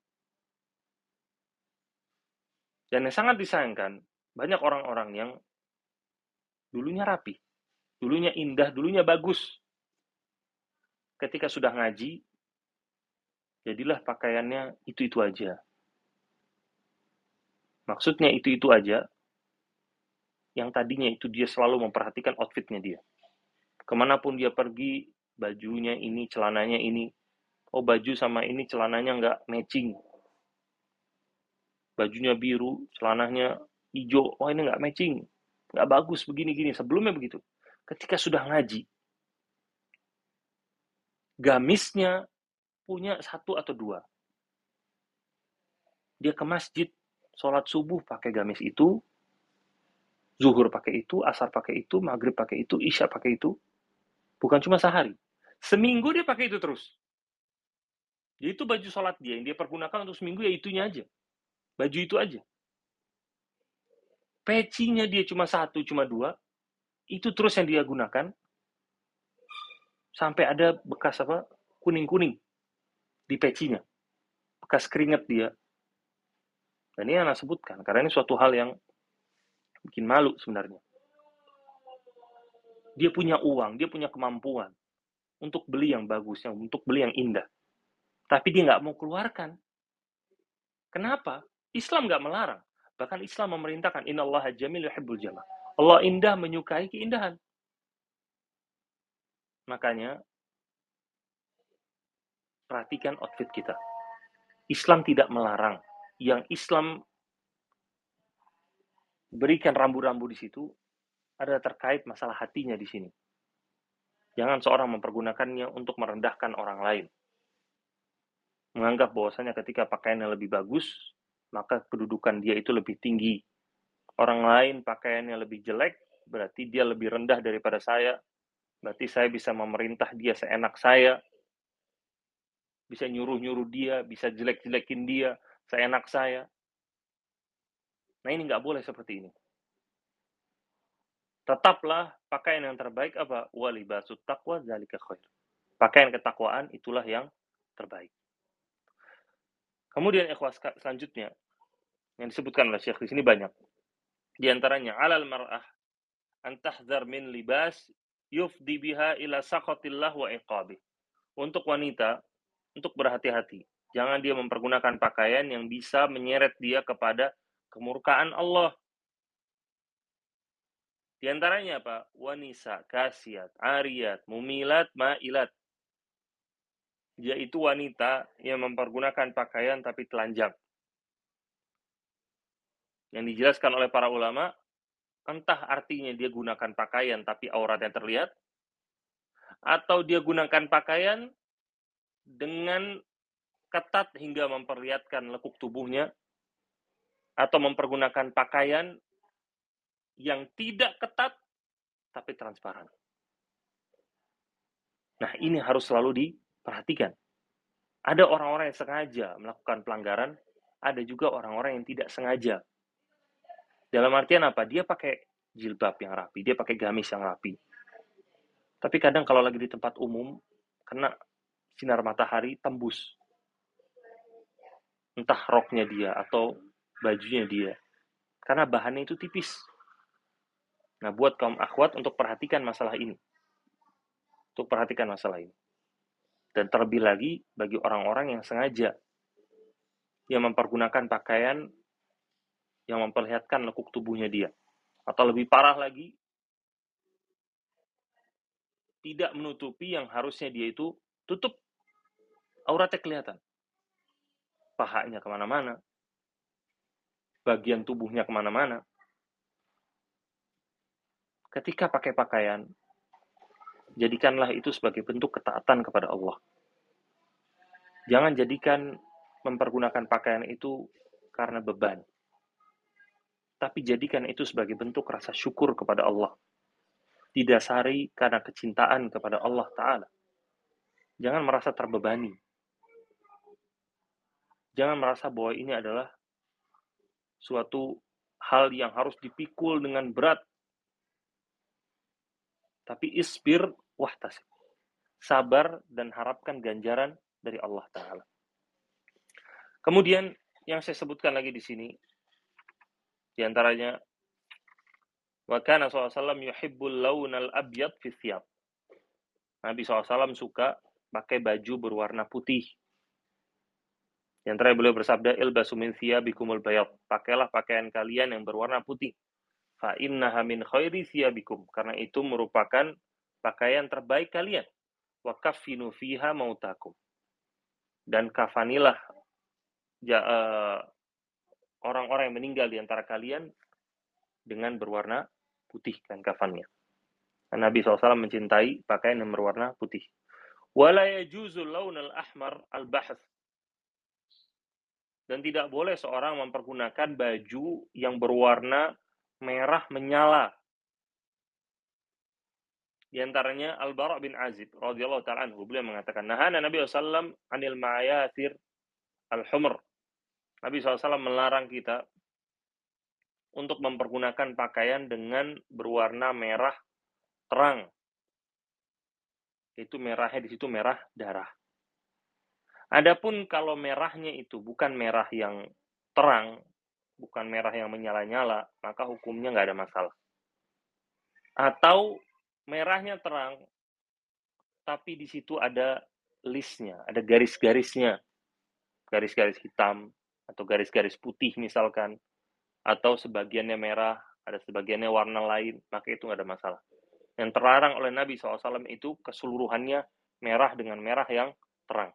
Dan yang sangat disayangkan, banyak orang-orang yang dulunya rapi, dulunya indah, dulunya bagus. Ketika sudah ngaji, jadilah pakaiannya itu-itu aja. Maksudnya itu-itu aja, yang tadinya itu dia selalu memperhatikan outfitnya dia. Kemanapun dia pergi, bajunya ini, celananya ini. Oh, baju sama ini celananya nggak matching. Bajunya biru, celananya hijau. Oh, ini nggak matching. Nggak bagus begini-gini. Sebelumnya begitu. ketika sudah ngaji, gamisnya punya 1 atau 2. Dia ke masjid, sholat subuh pakai gamis itu, zuhur pakai itu, asar pakai itu, maghrib pakai itu, isya pakai itu. Bukan cuma sehari. Seminggu dia pakai itu terus. Jadi itu baju sholat dia, yang dia pergunakan untuk seminggu ya itunya aja. Baju itu aja. Pecinya dia cuma 1, cuma 2. Itu terus yang dia gunakan. Sampai ada bekas kuning-kuning di pecinya. Bekas keringat dia. Dan ini anak sebutkan, karena ini suatu hal yang bikin malu sebenarnya. Dia punya uang, dia punya kemampuan untuk beli yang bagus, untuk beli yang indah. Tapi dia nggak mau keluarkan. Kenapa? Islam nggak melarang. Bahkan Islam memerintahkan, innallaha jamil yuhibbul jamal. Allah indah menyukai keindahan. Makanya, perhatikan outfit kita. Islam tidak melarang. Yang Islam berikan rambu-rambu di situ adalah terkait masalah hatinya di sini. Jangan seorang mempergunakannya untuk merendahkan orang lain. Menganggap bahwasanya ketika pakaiannya lebih bagus, maka kedudukan dia itu lebih tinggi. Orang lain pakaiannya lebih jelek, berarti dia lebih rendah daripada saya. Berarti saya bisa memerintah dia seenak saya. Bisa nyuruh-nyuruh dia, bisa jelek-jelekin dia seenak saya. Nah ini nggak boleh seperti ini. Tetaplah pakaian yang terbaik apa? Walibasut taqwa dzalika khair. Pakaian ketakwaan itulah yang terbaik. Kemudian ikhwas selanjutnya yang disebutkan oleh Syekh di sini banyak. Di antaranya alal mar'ah an tahdzar min libas yufdi biha ila sakhatillah wa iqabih. Untuk wanita untuk berhati-hati. Jangan dia mempergunakan pakaian yang bisa menyeret dia kepada kemurkaan Allah. Di antaranya apa? Wanisa, kasiat, ariyat, mumilat, ma'ilat. Yaitu wanita yang mempergunakan pakaian tapi telanjang. Yang dijelaskan oleh para ulama, entah artinya dia gunakan pakaian tapi auratnya terlihat, atau dia gunakan pakaian dengan ketat hingga memperlihatkan lekuk tubuhnya, atau mempergunakan pakaian yang tidak ketat tapi transparan. Nah, ini harus selalu diperhatikan. Ada orang-orang yang sengaja melakukan pelanggaran, ada juga orang-orang yang tidak sengaja. Dalam artian apa? Dia pakai jilbab yang rapi, dia pakai gamis yang rapi. Tapi kadang kalau lagi di tempat umum, kena sinar matahari tembus. Entah roknya dia atau bajunya dia. Karena bahannya itu tipis. Nah, buat kaum akhwat untuk perhatikan masalah ini. Untuk perhatikan masalah ini. Dan terlebih lagi bagi orang-orang yang sengaja yang mempergunakan pakaian yang memperlihatkan lekuk tubuhnya dia. Atau lebih parah lagi, tidak menutupi yang harusnya dia itu tutup. Auratnya kelihatan. Pahanya kemana-mana. Bagian tubuhnya kemana-mana. Ketika pakai pakaian, jadikanlah itu sebagai bentuk ketaatan kepada Allah. Jangan jadikan mempergunakan pakaian itu karena beban. Tapi jadikan itu sebagai bentuk rasa syukur kepada Allah. Didasari karena kecintaan kepada Allah Ta'ala. Jangan merasa terbebani. Jangan merasa bahwa ini adalah suatu hal yang harus dipikul dengan berat. Tapi isbir wahtasib. Sabar dan harapkan ganjaran dari Allah Ta'ala. Kemudian yang saya sebutkan lagi di sini, di antaranya, wa kana SAW yuhibbul launal abyad fi thiyab. Nabi SAW suka pakai baju berwarna putih. Di antara beliau bersabda, ilbasu min thiyabikumul bayad. Pakailah pakaian kalian yang berwarna putih. Fa innaha min khairi thiyabikum. Karena itu merupakan pakaian terbaik kalian. Wa kaffinu fiha mautakum. Dan kafanilah orang-orang yang meninggal di antara kalian dengan berwarna putih kan kafannya. Nabi SAW mencintai pakaian yang berwarna putih. Wala yajuzul launal ahmar al-bahth. Dan tidak boleh seorang mempergunakan baju yang berwarna merah menyala. Di antaranya Al-Bara' bin Azib radhiyallahu ta'ala anhu, beliau mengatakan, nahana Nabi SAW anil ma'ayathir al-humr. Nabi SAW melarang kita untuk mempergunakan pakaian dengan berwarna merah terang. Itu merahnya di situ merah darah. Adapun kalau merahnya itu bukan merah yang terang, bukan merah yang menyala-nyala, maka hukumnya nggak ada masalah. Atau merahnya terang, tapi di situ ada listnya, ada garis-garisnya, garis-garis hitam atau garis-garis putih misalkan, atau sebagiannya merah, ada sebagiannya warna lain, maka itu nggak ada masalah. Yang terlarang oleh Nabi SAW itu keseluruhannya merah dengan merah yang terang.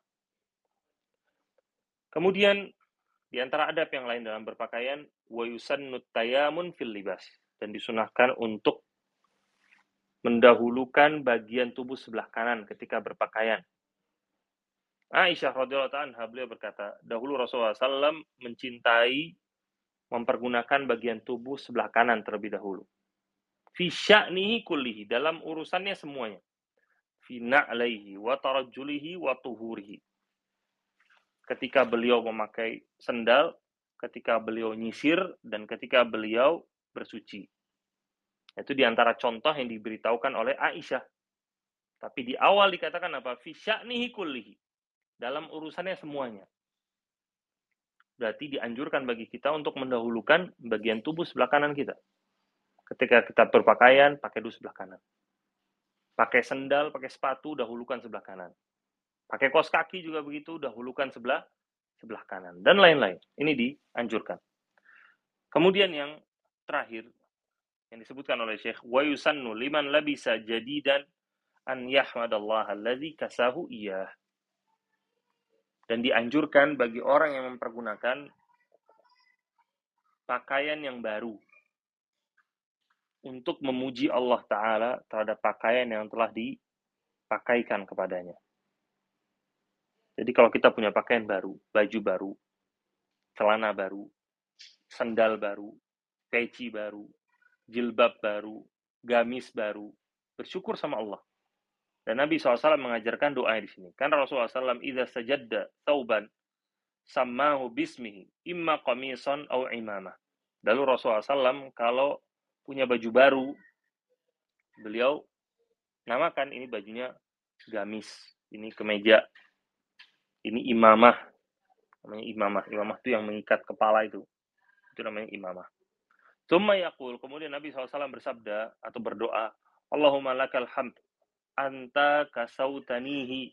Kemudian di antara adab yang lain dalam berpakaian, wa yusannut tayamun fil libas, dan disunahkan untuk mendahulukan bagian tubuh sebelah kanan ketika berpakaian. Aisyah radhiyallahu anha beliau berkata, dahulu Rasulullah SAW mencintai mempergunakan bagian tubuh sebelah kanan terlebih dahulu. Fi sya'nihi kullihi, dalam urusannya semuanya. Fi na'laihi wa tarajjulihi wa tuhurihi. Ketika beliau memakai sendal, ketika beliau nyisir, dan ketika beliau bersuci. Itu diantara contoh yang diberitahukan oleh Aisyah. Tapi di awal dikatakan apa? Fi sya'nihi kullihi. Dalam urusannya semuanya. Berarti dianjurkan bagi kita untuk mendahulukan bagian tubuh sebelah kanan kita. Ketika kita berpakaian, pakai dulu sebelah kanan. Pakai sendal, pakai sepatu, dahulukan sebelah kanan. Pakai kaos kaki juga begitu, dahulukan sebelah kanan. Dan lain-lain. Ini dianjurkan. Kemudian yang terakhir, yang disebutkan oleh Syekh, wa yusannu liman labisa jadidan an yahmadallaha alladzi kasahu iyah. Dan dianjurkan bagi orang yang mempergunakan pakaian yang baru untuk memuji Allah Ta'ala terhadap pakaian yang telah dipakaikan kepadanya. Jadi kalau kita punya pakaian baru, baju baru, celana baru, sendal baru, peci baru, jilbab baru, gamis baru, bersyukur sama Allah. Dan Nabi SAW mengajarkan doa di sini. Kan Rasulullah SAW idza sajadda tauban sammahu bismihi imma qamisan au imamah. Lalu Rasulullah SAW kalau punya baju baru, beliau namakan ini bajunya gamis, ini kemeja, ini imamah. Namanya imamah. Imamah itu yang mengikat kepala itu. Itu namanya imamah. Tsumma yaqul, kemudian Nabi SAW bersabda atau berdoa, Allahumma lakal hamd, anta kasautanihi.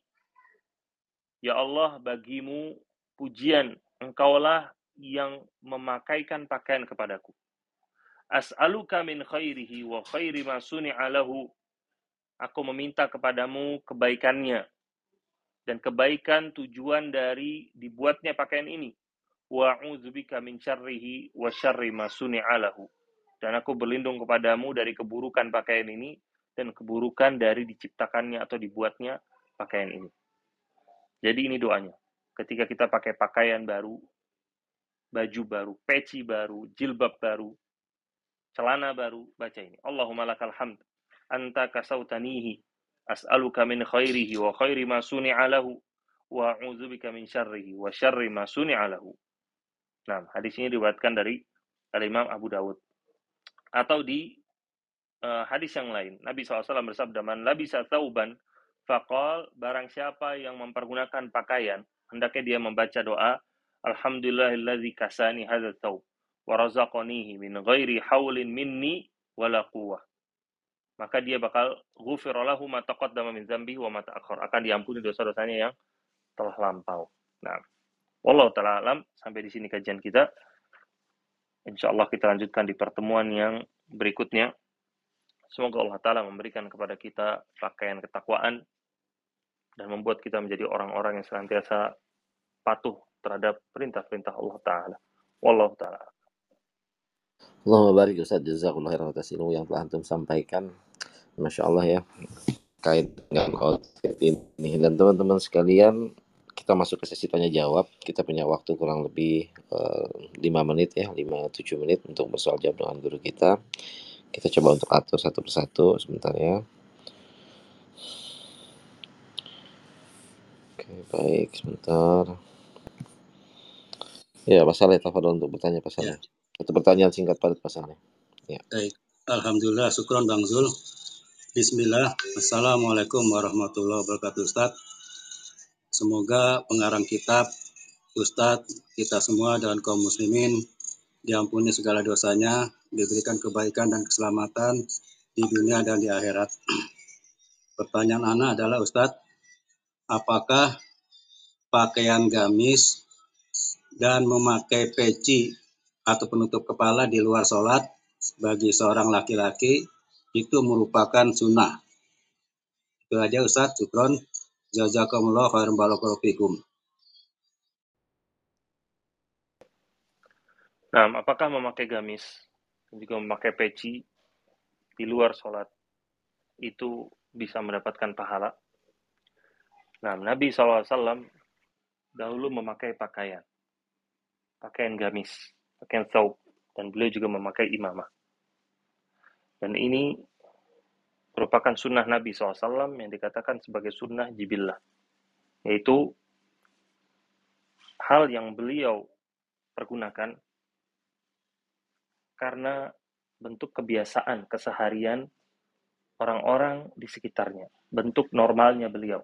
Ya Allah, bagimu pujian, engkaulah yang memakaikan pakaian kepadaku. As'aluka min khairihi wa khairi ma suni'a lahu. Aku meminta kepadamu kebaikannya dan kebaikan tujuan dari dibuatnya pakaian ini. Wa a'udzubika min syarrihi wa syarri ma suni'a lahu. Dan aku berlindung kepadamu dari keburukan pakaian ini dan keburukan dari diciptakannya atau dibuatnya pakaian ini. Jadi ini doanya. Ketika kita pakai pakaian baru, baju baru, peci baru, jilbab baru, celana baru, baca ini. Allahumma lakal hamd, anta kasautanihi, as'aluka min khairihi wa khairi ma suni'a lahu, wa a'udzubika min syarrihi wa syarri ma suni'a lahu. Nah, hadis ini diriwayatkan dari Imam Abu Dawud. Atau di hadis yang lain, Nabi SAW bersabda, man labisa thauban, faqal, barang siapa yang mempergunakan pakaian, hendaknya dia membaca doa, Alhamdulillahilladzi kasani hadzal thawb wa razaqanihi min ghairi haulin minni wala quwwah. Maka dia bakal ghufira lahu ma taqaddama min dzambihi wa ma ta'akhkhar. Akan diampuni dosa-dosanya yang telah lampau. Nah, wallahu ta'ala alam, sampai di sini kajian kita. Insyaallah kita lanjutkan di pertemuan yang berikutnya. Semoga Allah Ta'ala memberikan kepada kita pakaian ketakwaan dan membuat kita menjadi orang-orang yang senantiasa patuh terhadap perintah-perintah Allah Ta'ala. Wallahu ta'ala. Allahumma barik Ustaz, jazakallahu khairan atas ilmu yang telah antum sampaikan. Masya Allah ya, kait dengan outfit ini. Dan teman-teman sekalian, kita masuk ke sesi tanya jawab. Kita punya waktu kurang lebih 5 menit ya, 5-7 menit untuk bersoal jawab dengan guru kita. Kita coba untuk atur satu persatu sebentar ya. Oke, baik, sebentar. Ya, Pak Saleh, tafadhol untuk bertanya Pak Saleh. Satu pertanyaan singkat padat Pak Saleh. Ya. Baik, alhamdulillah, syukron Bang Zul. Bismillah, assalamualaikum warahmatullahi wabarakatuh Ustaz. Semoga pengarang kitab, Ustadz, kita semua dan kaum muslimin diampuni segala dosanya, diberikan kebaikan dan keselamatan di dunia dan di akhirat. Pertanyaan Ana adalah Ustadz, apakah pakaian gamis dan memakai peci atau penutup kepala di luar sholat bagi seorang laki-laki itu merupakan sunnah? Itu aja Ustadz, syukron. Jazakumullah khairan barakallahu fikum. Nah, apakah memakai gamis dan juga memakai peci di luar sholat itu bisa mendapatkan pahala? Nah, Nabi SAW dahulu memakai pakaian gamis, pakaian thawb, dan beliau juga memakai imamah. Dan ini merupakan sunnah Nabi SAW yang dikatakan sebagai sunnah jibillah, yaitu hal yang beliau pergunakan karena bentuk kebiasaan keseharian orang-orang di sekitarnya, bentuk normalnya beliau.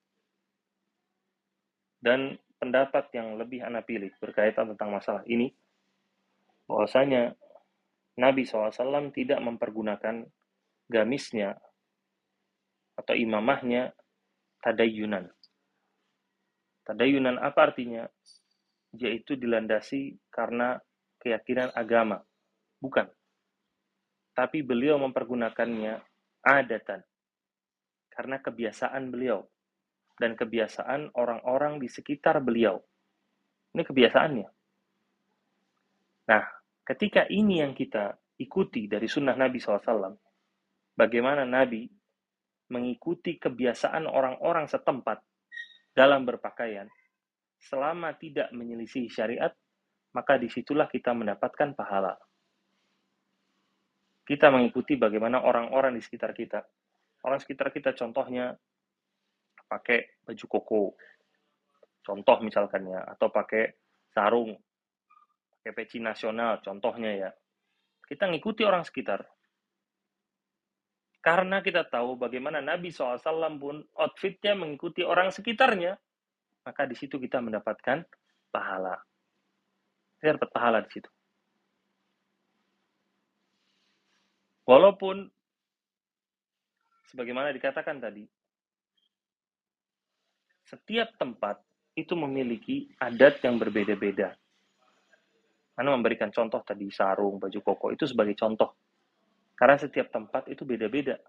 Dan pendapat yang lebih Anda pilih berkaitan tentang masalah ini, bahwasanya Nabi SAW tidak mempergunakan gamisnya atau imamahnya tadayunan. Tadayunan apa artinya? Yaitu dilandasi karena keyakinan agama. Bukan. Tapi beliau mempergunakannya adatan. Karena kebiasaan beliau. Dan kebiasaan orang-orang di sekitar beliau. Ini kebiasaannya. Nah, ketika ini yang kita ikuti dari sunnah Nabi SAW, bagaimana Nabi mengikuti kebiasaan orang-orang setempat dalam berpakaian, selama tidak menyelisih syariat, maka disitulah kita mendapatkan pahala. Kita mengikuti bagaimana orang-orang di sekitar kita. Orang sekitar kita contohnya pakai baju koko, contoh misalkan ya, atau pakai sarung, pakai peci nasional, contohnya ya. Kita ngikuti orang sekitar. Karena kita tahu bagaimana Nabi SAW pun outfitnya mengikuti orang sekitarnya, maka di situ kita mendapatkan pahala. Kita dapat pahala di situ. Walaupun sebagaimana dikatakan tadi, setiap tempat itu memiliki adat yang berbeda-beda. Anda memberikan contoh tadi sarung, baju koko itu sebagai contoh. Karena setiap tempat itu beda-beda.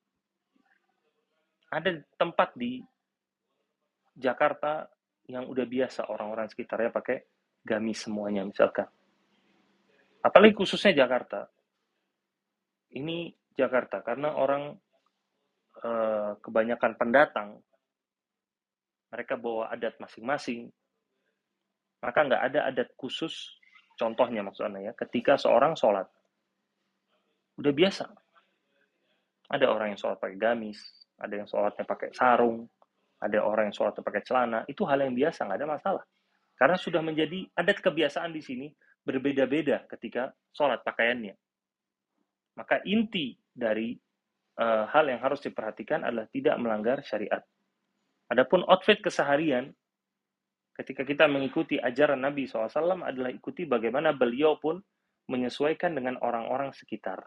Ada tempat di Jakarta yang udah biasa orang-orang sekitarnya pakai gamis semuanya misalkan. Apalagi khususnya Jakarta. Ini Jakarta karena orang kebanyakan pendatang, mereka bawa adat masing-masing. Maka nggak ada adat khusus, contohnya maksudnya ya, ketika seorang sholat. Udah biasa. Ada orang yang sholat pakai gamis, ada yang sholatnya pakai sarung, ada orang yang sholatnya pakai celana. Itu hal yang biasa, nggak ada masalah. Karena sudah menjadi adat kebiasaan di sini, berbeda-beda ketika sholat pakaiannya. Maka inti dari hal yang harus diperhatikan adalah tidak melanggar syariat. Adapun outfit keseharian, ketika kita mengikuti ajaran Nabi SAW adalah ikuti bagaimana beliau pun menyesuaikan dengan orang-orang sekitar.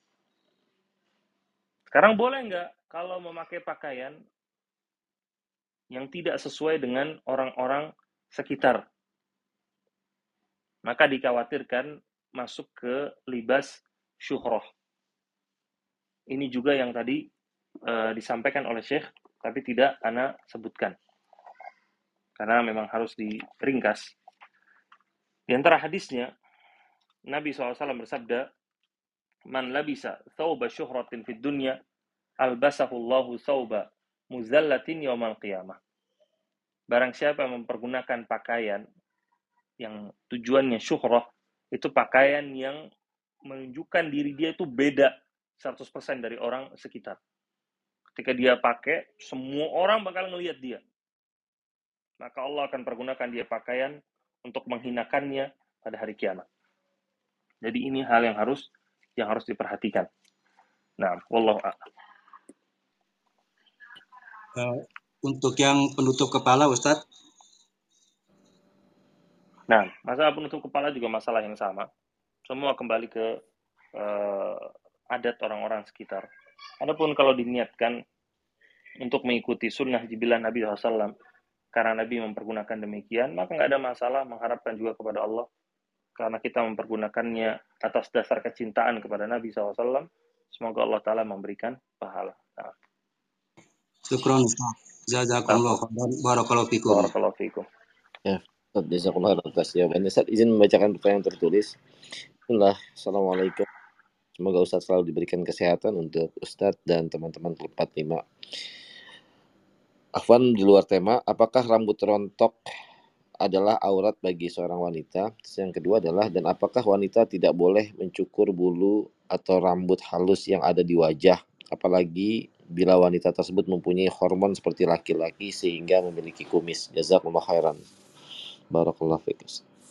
Sekarang boleh nggak kalau memakai pakaian yang tidak sesuai dengan orang-orang sekitar? Maka dikhawatirkan masuk ke libas syuhroh. Ini juga yang tadi disampaikan oleh Syekh, tapi tidak Ana sebutkan. Karena memang harus diringkas. Di antara hadisnya, Nabi SAW bersabda, Man labisa thawba syuhratin fid dunya, albasahullahu sauba muzallatin yaumal qiyamah. Barang siapa yang mempergunakan pakaian yang tujuannya syuhrah, itu pakaian yang menunjukkan diri dia itu beda 100% dari orang sekitar. Ketika dia pakai, semua orang bakal ngelihat dia. Maka Allah akan pergunakan dia pakaian untuk menghinakannya pada hari kiamat. Jadi ini hal yang harus diperhatikan. Nah, wallahu a'lam. Untuk yang penutup kepala, Ustadz. Nah, masalah penutup kepala juga masalah yang sama. Semua kembali ke adat orang-orang sekitar. Adapun kalau diniatkan untuk mengikuti sunnah jibilah Nabi SAW, karena Nabi mempergunakan demikian, maka nggak ada masalah mengharapkan juga kepada Allah, karena kita mempergunakannya atas dasar kecintaan kepada Nabi SAW. Semoga Allah Ta'ala memberikan pahala. Nah. Syukron, jazakumullah khairan, barakallahu fikum. Barakallahu fikum. Ya, jazakumullah atas jawabannya. Ustaz izin membacakan pertanyaan tertulis. Bismillah. Assalamualaikum. Semoga Ustaz selalu diberikan kesehatan untuk Ustaz dan teman-teman 45. Afwan, di luar tema, apakah rambut rontok adalah aurat bagi seorang wanita? Yang kedua adalah, dan apakah wanita tidak boleh mencukur bulu atau rambut halus yang ada di wajah, apalagi bila wanita tersebut mempunyai hormon seperti laki-laki sehingga memiliki kumis? Jazakumullah khairan. Barakallahu fikum.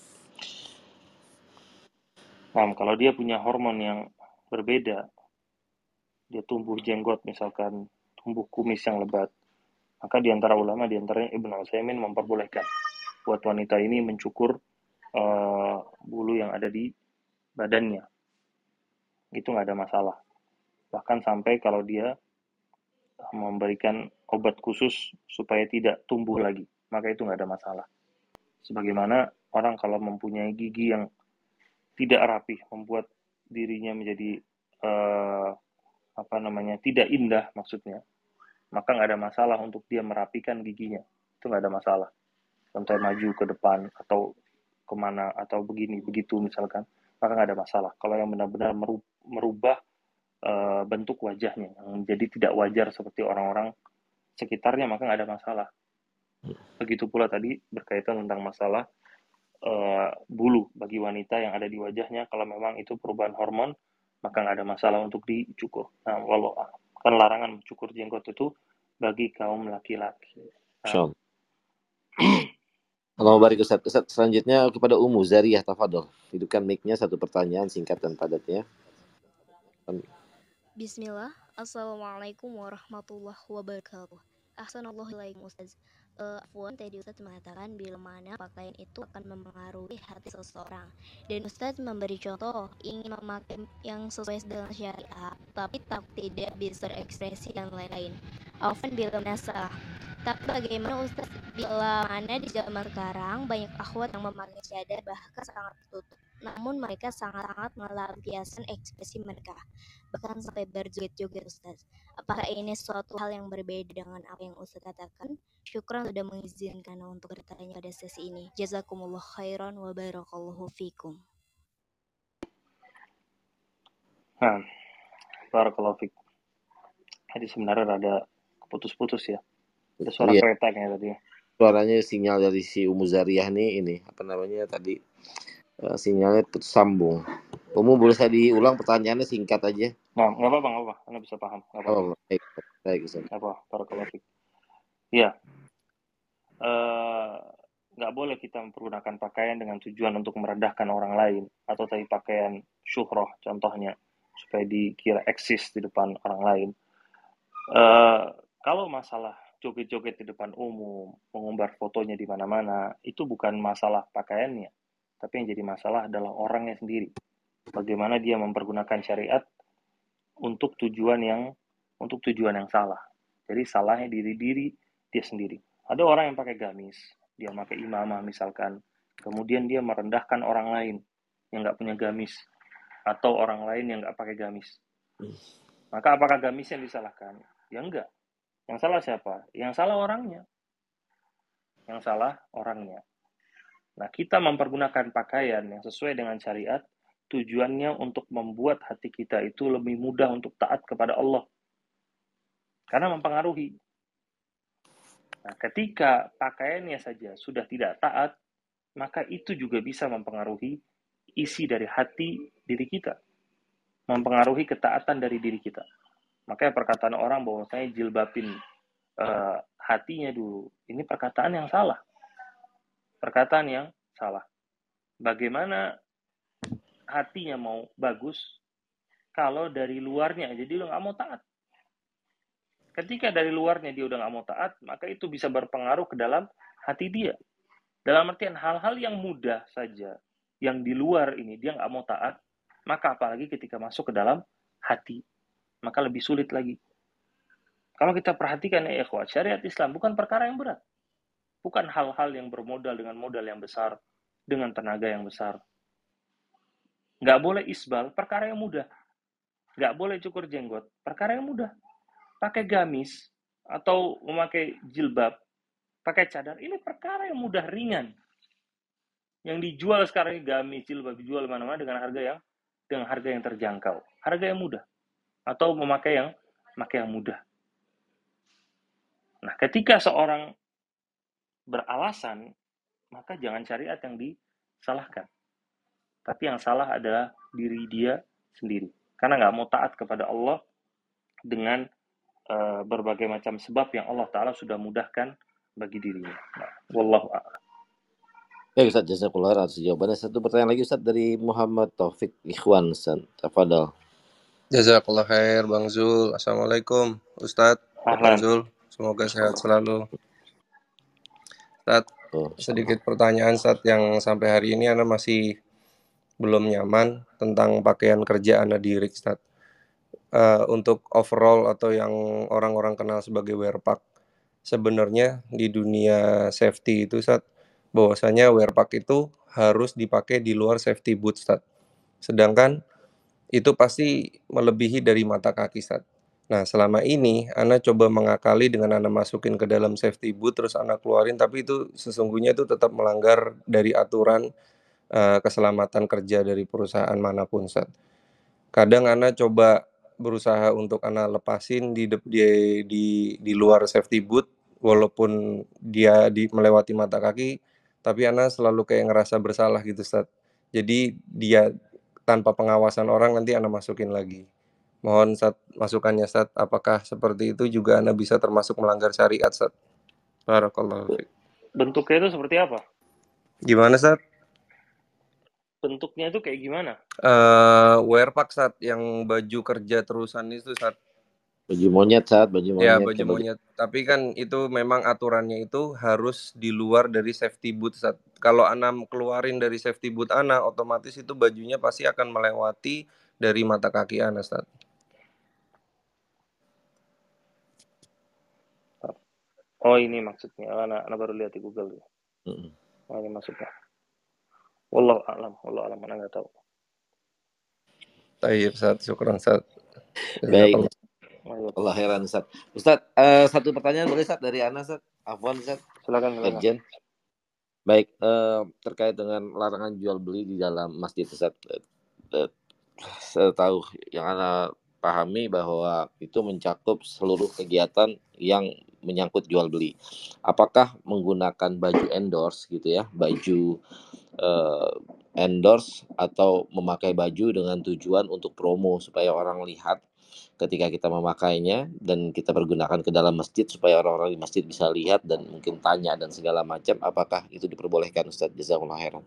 Nah, kalau dia punya hormon yang berbeda, dia tumbuh jenggot misalkan, tumbuh kumis yang lebat, maka di antara ulama, di antaranya Ibnu Utsaimin, memperbolehkan buat wanita ini mencukur bulu yang ada di badannya. Itu nggak ada masalah. Bahkan sampai kalau dia memberikan obat khusus supaya tidak tumbuh lagi, maka itu nggak ada masalah. Sebagaimana orang kalau mempunyai gigi yang tidak rapih, membuat dirinya menjadi tidak indah maksudnya, maka nggak ada masalah untuk dia merapikan giginya. Itu nggak ada masalah. Contoh maju ke depan atau kemana atau begini begitu misalkan, maka nggak ada masalah. Kalau yang benar-benar merubah bentuk wajahnya yang menjadi tidak wajar seperti orang-orang sekitarnya, maka nggak ada masalah. Begitu pula tadi berkaitan tentang masalah bulu bagi wanita yang ada di wajahnya, kalau memang itu perubahan hormon, maka nggak ada masalah untuk dicukur. Nah, walau kan larangan mencukur jenggot itu bagi kaum laki-laki. Nah. Barik Ustaz. Ustaz, selanjutnya kepada Ummu Zariyah, tafadhol. Hidupkan mic-nya, satu pertanyaan singkat dan padatnya. Bismillah. Assalamualaikum warahmatullahi wabarakatuh. Ahsanallahu ilaikum Ustaz. Afwan, tadi Ustaz mengatakan bila mana pakaian itu akan mempengaruhi hati seseorang, dan Ustaz memberi contoh ingin memakai yang sesuai dengan syariat tapi tidak bisa berekspresi dan lain-lain. Afwan bila menasah. Tapi bagaimana Ustaz bila mana di zaman sekarang banyak akhwat yang memakai cadar bahkan sangat tertutup, namun mereka sangat-sangat melampiaskan ekspresi mereka, bahkan sampai berjoget-joget Ustaz. Apakah ini suatu hal yang berbeda dengan apa yang Ustaz katakan? Syukran sudah mengizinkan untuk bertanya pada sesi ini. Jazakumullah khairan wa barakallahu fikum. Nah, barakallahu fikum. Jadi sebenarnya ada putus-putus ya. Ada suara kereta kayaknya tadi. Suaranya sinyal dari si Ummu Zariyah nih, ini apa namanya tadi, sinyalnya putus sambung. Ummu, boleh saya diulang pertanyaannya singkat aja? Nah, nggak apa-apa, Anda bisa paham. Nggak apa-apa. Oh, baik Ustaz. Apa, barakallahu fikum. Iya. Nggak boleh kita mempergunakan pakaian dengan tujuan untuk merendahkan orang lain, atau tadi pakaian syuhrah contohnya, supaya dikira eksis di depan orang lain. Kalau masalah joget-joget di depan umum, mengumbar fotonya di mana-mana, itu bukan masalah pakaiannya, tapi yang jadi masalah adalah orangnya sendiri. Bagaimana dia mempergunakan syariat untuk tujuan yang salah. Jadi salahnya diri dia sendiri. Ada orang yang pakai gamis, dia pakai imamah misalkan, kemudian dia merendahkan orang lain yang nggak punya gamis, atau orang lain yang nggak pakai gamis. Maka apakah gamis yang disalahkan? Ya enggak. Yang salah siapa? Yang salah orangnya. Nah, kita mempergunakan pakaian yang sesuai dengan syariat, tujuannya untuk membuat hati kita itu lebih mudah untuk taat kepada Allah. karena mempengaruhi. Nah, ketika pakaiannya saja sudah tidak taat, maka itu juga bisa mempengaruhi isi dari hati diri kita, mempengaruhi ketaatan dari diri kita. Makanya perkataan orang bahwa saya jilbabin hatinya dulu, ini perkataan yang salah. Perkataan yang salah. Bagaimana hatinya mau bagus kalau dari luarnya aja dia udah nggak mau taat. Ketika dari luarnya dia udah nggak mau taat, maka itu bisa berpengaruh ke dalam hati dia. Dalam artian hal-hal yang mudah saja, yang di luar ini dia nggak mau taat, maka apalagi ketika masuk ke dalam hati, maka lebih sulit lagi. Kalau kita perhatikan ya ikhwat, syariat Islam bukan perkara yang berat. Bukan hal-hal yang bermodal dengan modal yang besar, dengan tenaga yang besar. Nggak boleh isbal, perkara yang mudah. Nggak boleh cukur jenggot, perkara yang mudah. Pakai gamis, atau memakai jilbab, pakai cadar, ini perkara yang mudah, ringan. Yang dijual sekarang ini gamis, jilbab, dijual mana-mana dengan harga yang terjangkau. Harga yang mudah. Atau memakai yang mudah. Nah, ketika seorang beralasan, maka jangan syariat yang disalahkan. Tapi yang salah adalah diri dia sendiri. Karena nggak mau taat kepada Allah dengan berbagai macam sebab yang Allah Ta'ala sudah mudahkan bagi dirinya. Nah, wallahu a'lam. Baik Ustaz, jazakallah atas jawabannya. Satu pertanyaan lagi Ustaz dari Muhammad Taufik Ikhwan Ustaz. Tafadhal. Jazakallah khair Bang Zul. Assalamualaikum Ustadz Bang Ahlan. Zul. Semoga sehat selalu. Ustadz, Oh, sedikit pertanyaan Ustadz yang sampai hari ini Anda masih belum nyaman tentang pakaian kerja Anda di RIK Ustadz. Untuk overall atau yang orang-orang kenal sebagai wear pack, sebenarnya di dunia safety itu Ustadz, bahwasanya wear pack itu harus dipakai di luar safety boot Ustadz. Sedangkan itu pasti melebihi dari mata kaki Ustadz. Nah, selama ini Ana coba mengakali dengan Ana masukin ke dalam safety boot terus Ana keluarin, tapi itu sesungguhnya itu tetap melanggar dari aturan keselamatan kerja dari perusahaan manapun Ustadz. Kadang Ana coba berusaha untuk Ana lepasin di luar safety boot walaupun dia melewati mata kaki, tapi Ana selalu kayak ngerasa bersalah gitu Ustadz. Jadi dia tanpa pengawasan orang nanti Ana masukin lagi. Mohon masukannya Ustaz, apakah seperti itu juga Anda bisa termasuk melanggar syariat Ustaz? Barakallahu fiik. Bentuknya itu seperti apa? Gimana Ustaz? Bentuknya itu kayak gimana? Wear pack Ustaz, yang baju kerja terusan itu Ustaz. Baju monyet Ustaz, baju monyet. Ya, baju monyet. Tapi kan itu memang aturannya itu harus di luar dari safety boot Ustaz. Kalau Anda keluarin dari safety boot Anda, otomatis itu bajunya pasti akan melewati dari mata kaki Anda Ustaz. Oh, ini maksudnya. Ana baru lihat di Google. Oh, ini maksudnya. Wallahu a'lam, Ana nggak tahu. Tayyib Ustaz, syukran Ustaz. Baik. Allah heran Ustaz. Ustaz, satu pertanyaan boleh Ustaz dari Ana Ustaz? Afwan Ustaz. Silakan. Irjen. Baik, terkait dengan larangan jual beli di dalam masjid Ustaz. Saya tahu yang Ana pahami bahwa itu mencakup seluruh kegiatan yang menyangkut jual beli. Apakah menggunakan baju endorse gitu ya, baju endorse atau memakai baju dengan tujuan untuk promo supaya orang lihat ketika kita memakainya dan kita pergunakan ke dalam masjid supaya orang-orang di masjid bisa lihat dan mungkin tanya dan segala macam, apakah itu diperbolehkan Ustaz? Jazakumullah khairan.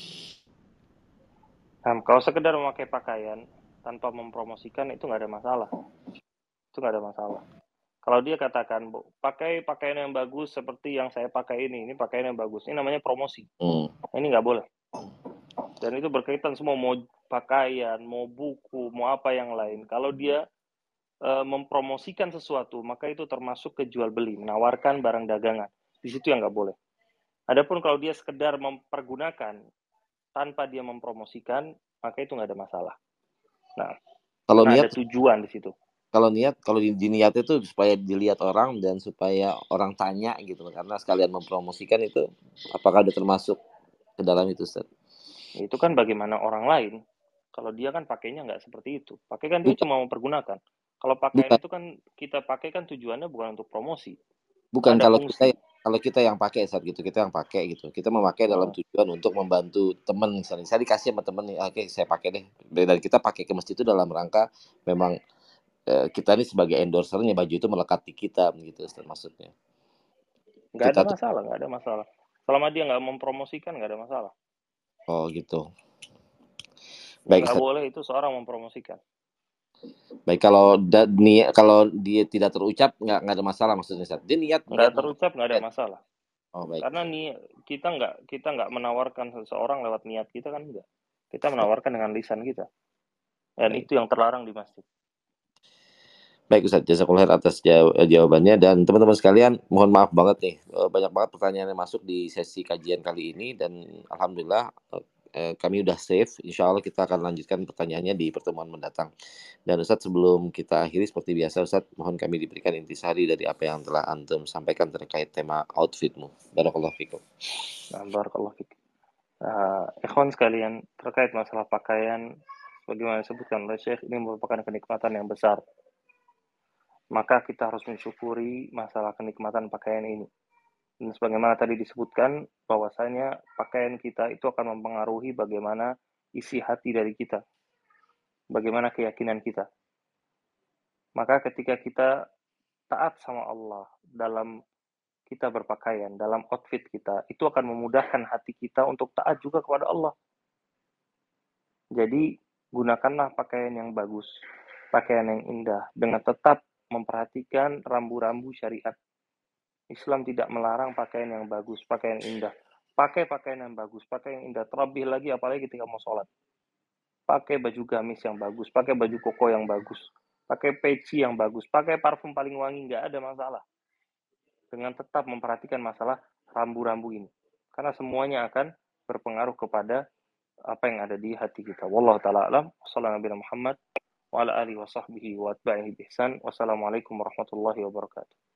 Kalau sekedar memakai pakaian tanpa mempromosikan itu nggak ada masalah. Itu nggak ada masalah. Kalau dia katakan, pakai pakaian yang bagus seperti yang saya pakai ini pakaian yang bagus, ini namanya promosi. Ini nggak boleh. Dan itu berkaitan semua, mau pakaian, mau buku, mau apa yang lain. Kalau dia mempromosikan sesuatu, maka itu termasuk ke jual beli, menawarkan barang dagangan. Di situ yang nggak boleh. Adapun kalau dia sekedar mempergunakan tanpa dia mempromosikan, maka itu nggak ada masalah. Nah, kalau karena niat, ada tujuan di situ. Kalau diniat itu supaya dilihat orang dan supaya orang tanya gitu, karena sekalian mempromosikan itu, apakah ada termasuk ke dalam itu Ustaz? Itu kan bagaimana orang lain. Kalau dia kan pakainya nggak seperti itu. Pakai kan dia cuma mempergunakan. Kalau pakaian Bukan, itu kan kita pakai kan tujuannya bukan untuk promosi, bukan ada kalau fungsi. kita yang pakai saat gitu, kita yang pakai gitu. Kita memakai dalam tujuan untuk membantu teman misalnya. Saya dikasih sama teman nih, oke saya pakai deh. Dan kita pakai ke masjid itu dalam rangka memang kita ini sebagai endorsernya, baju itu melekat di kita gitu Ustaz, maksudnya. Nggak ada Kita tuh masalah, nggak ada masalah. Selama dia nggak mempromosikan, nggak ada masalah. oh gitu. Yang Baik nggak Ustaz. boleh itu seorang mempromosikan. Baik kalau dia tidak terucap nggak ada masalah maksudnya Ustaz. Dia niat Nggak mem- terucap, nggak ada masalah. Oh baik. Karena kita nggak menawarkan seseorang lewat niat kita kan enggak. Kita menawarkan dengan lisan kita. Dan Baik. itu yang terlarang di masjid. Baik Ustaz, jazakallahu khair atas jawabannya, dan teman-teman sekalian mohon maaf banget nih, banyak banget pertanyaan yang masuk di sesi kajian kali ini, dan alhamdulillah kami udah save. Insya Allah kita akan lanjutkan pertanyaannya di pertemuan mendatang. Dan Ustaz, sebelum kita akhiri seperti biasa Ustaz, mohon kami diberikan intisari dari apa yang telah antum sampaikan terkait tema outfitmu. Barakallahu fikum. Nah, barakallahu fik. Ikhwan sekalian, terkait masalah pakaian, bagaimana disebutkan oleh Syekh, ini merupakan kenikmatan yang besar. Maka kita harus mensyukuri masalah kenikmatan pakaian ini. Dan sebagaimana tadi disebutkan, bahwasanya pakaian kita itu akan mempengaruhi bagaimana isi hati dari kita, bagaimana keyakinan kita. Maka ketika kita taat sama Allah dalam kita berpakaian, dalam outfit kita, itu akan memudahkan hati kita untuk taat juga kepada Allah. Jadi, gunakanlah pakaian yang bagus, pakaian yang indah, dengan tetap memperhatikan rambu-rambu syariat. Islam tidak melarang pakaian yang bagus, pakaian indah. Pakai pakaian yang bagus, pakai yang indah. Terlebih lagi apalagi ketika mau sholat. Pakai baju gamis yang bagus, pakai baju koko yang bagus, pakai peci yang bagus, pakai parfum paling wangi, nggak ada masalah. Dengan tetap memperhatikan masalah rambu-rambu ini. Karena semuanya akan berpengaruh kepada apa yang ada di hati kita. Wallahu ta'ala alam. Wassalamualaikum Muhammad wa ala alihi wa sahbihi wa atba'ihi bihsan. Wassalamualaikum warahmatullahi wabarakatuh.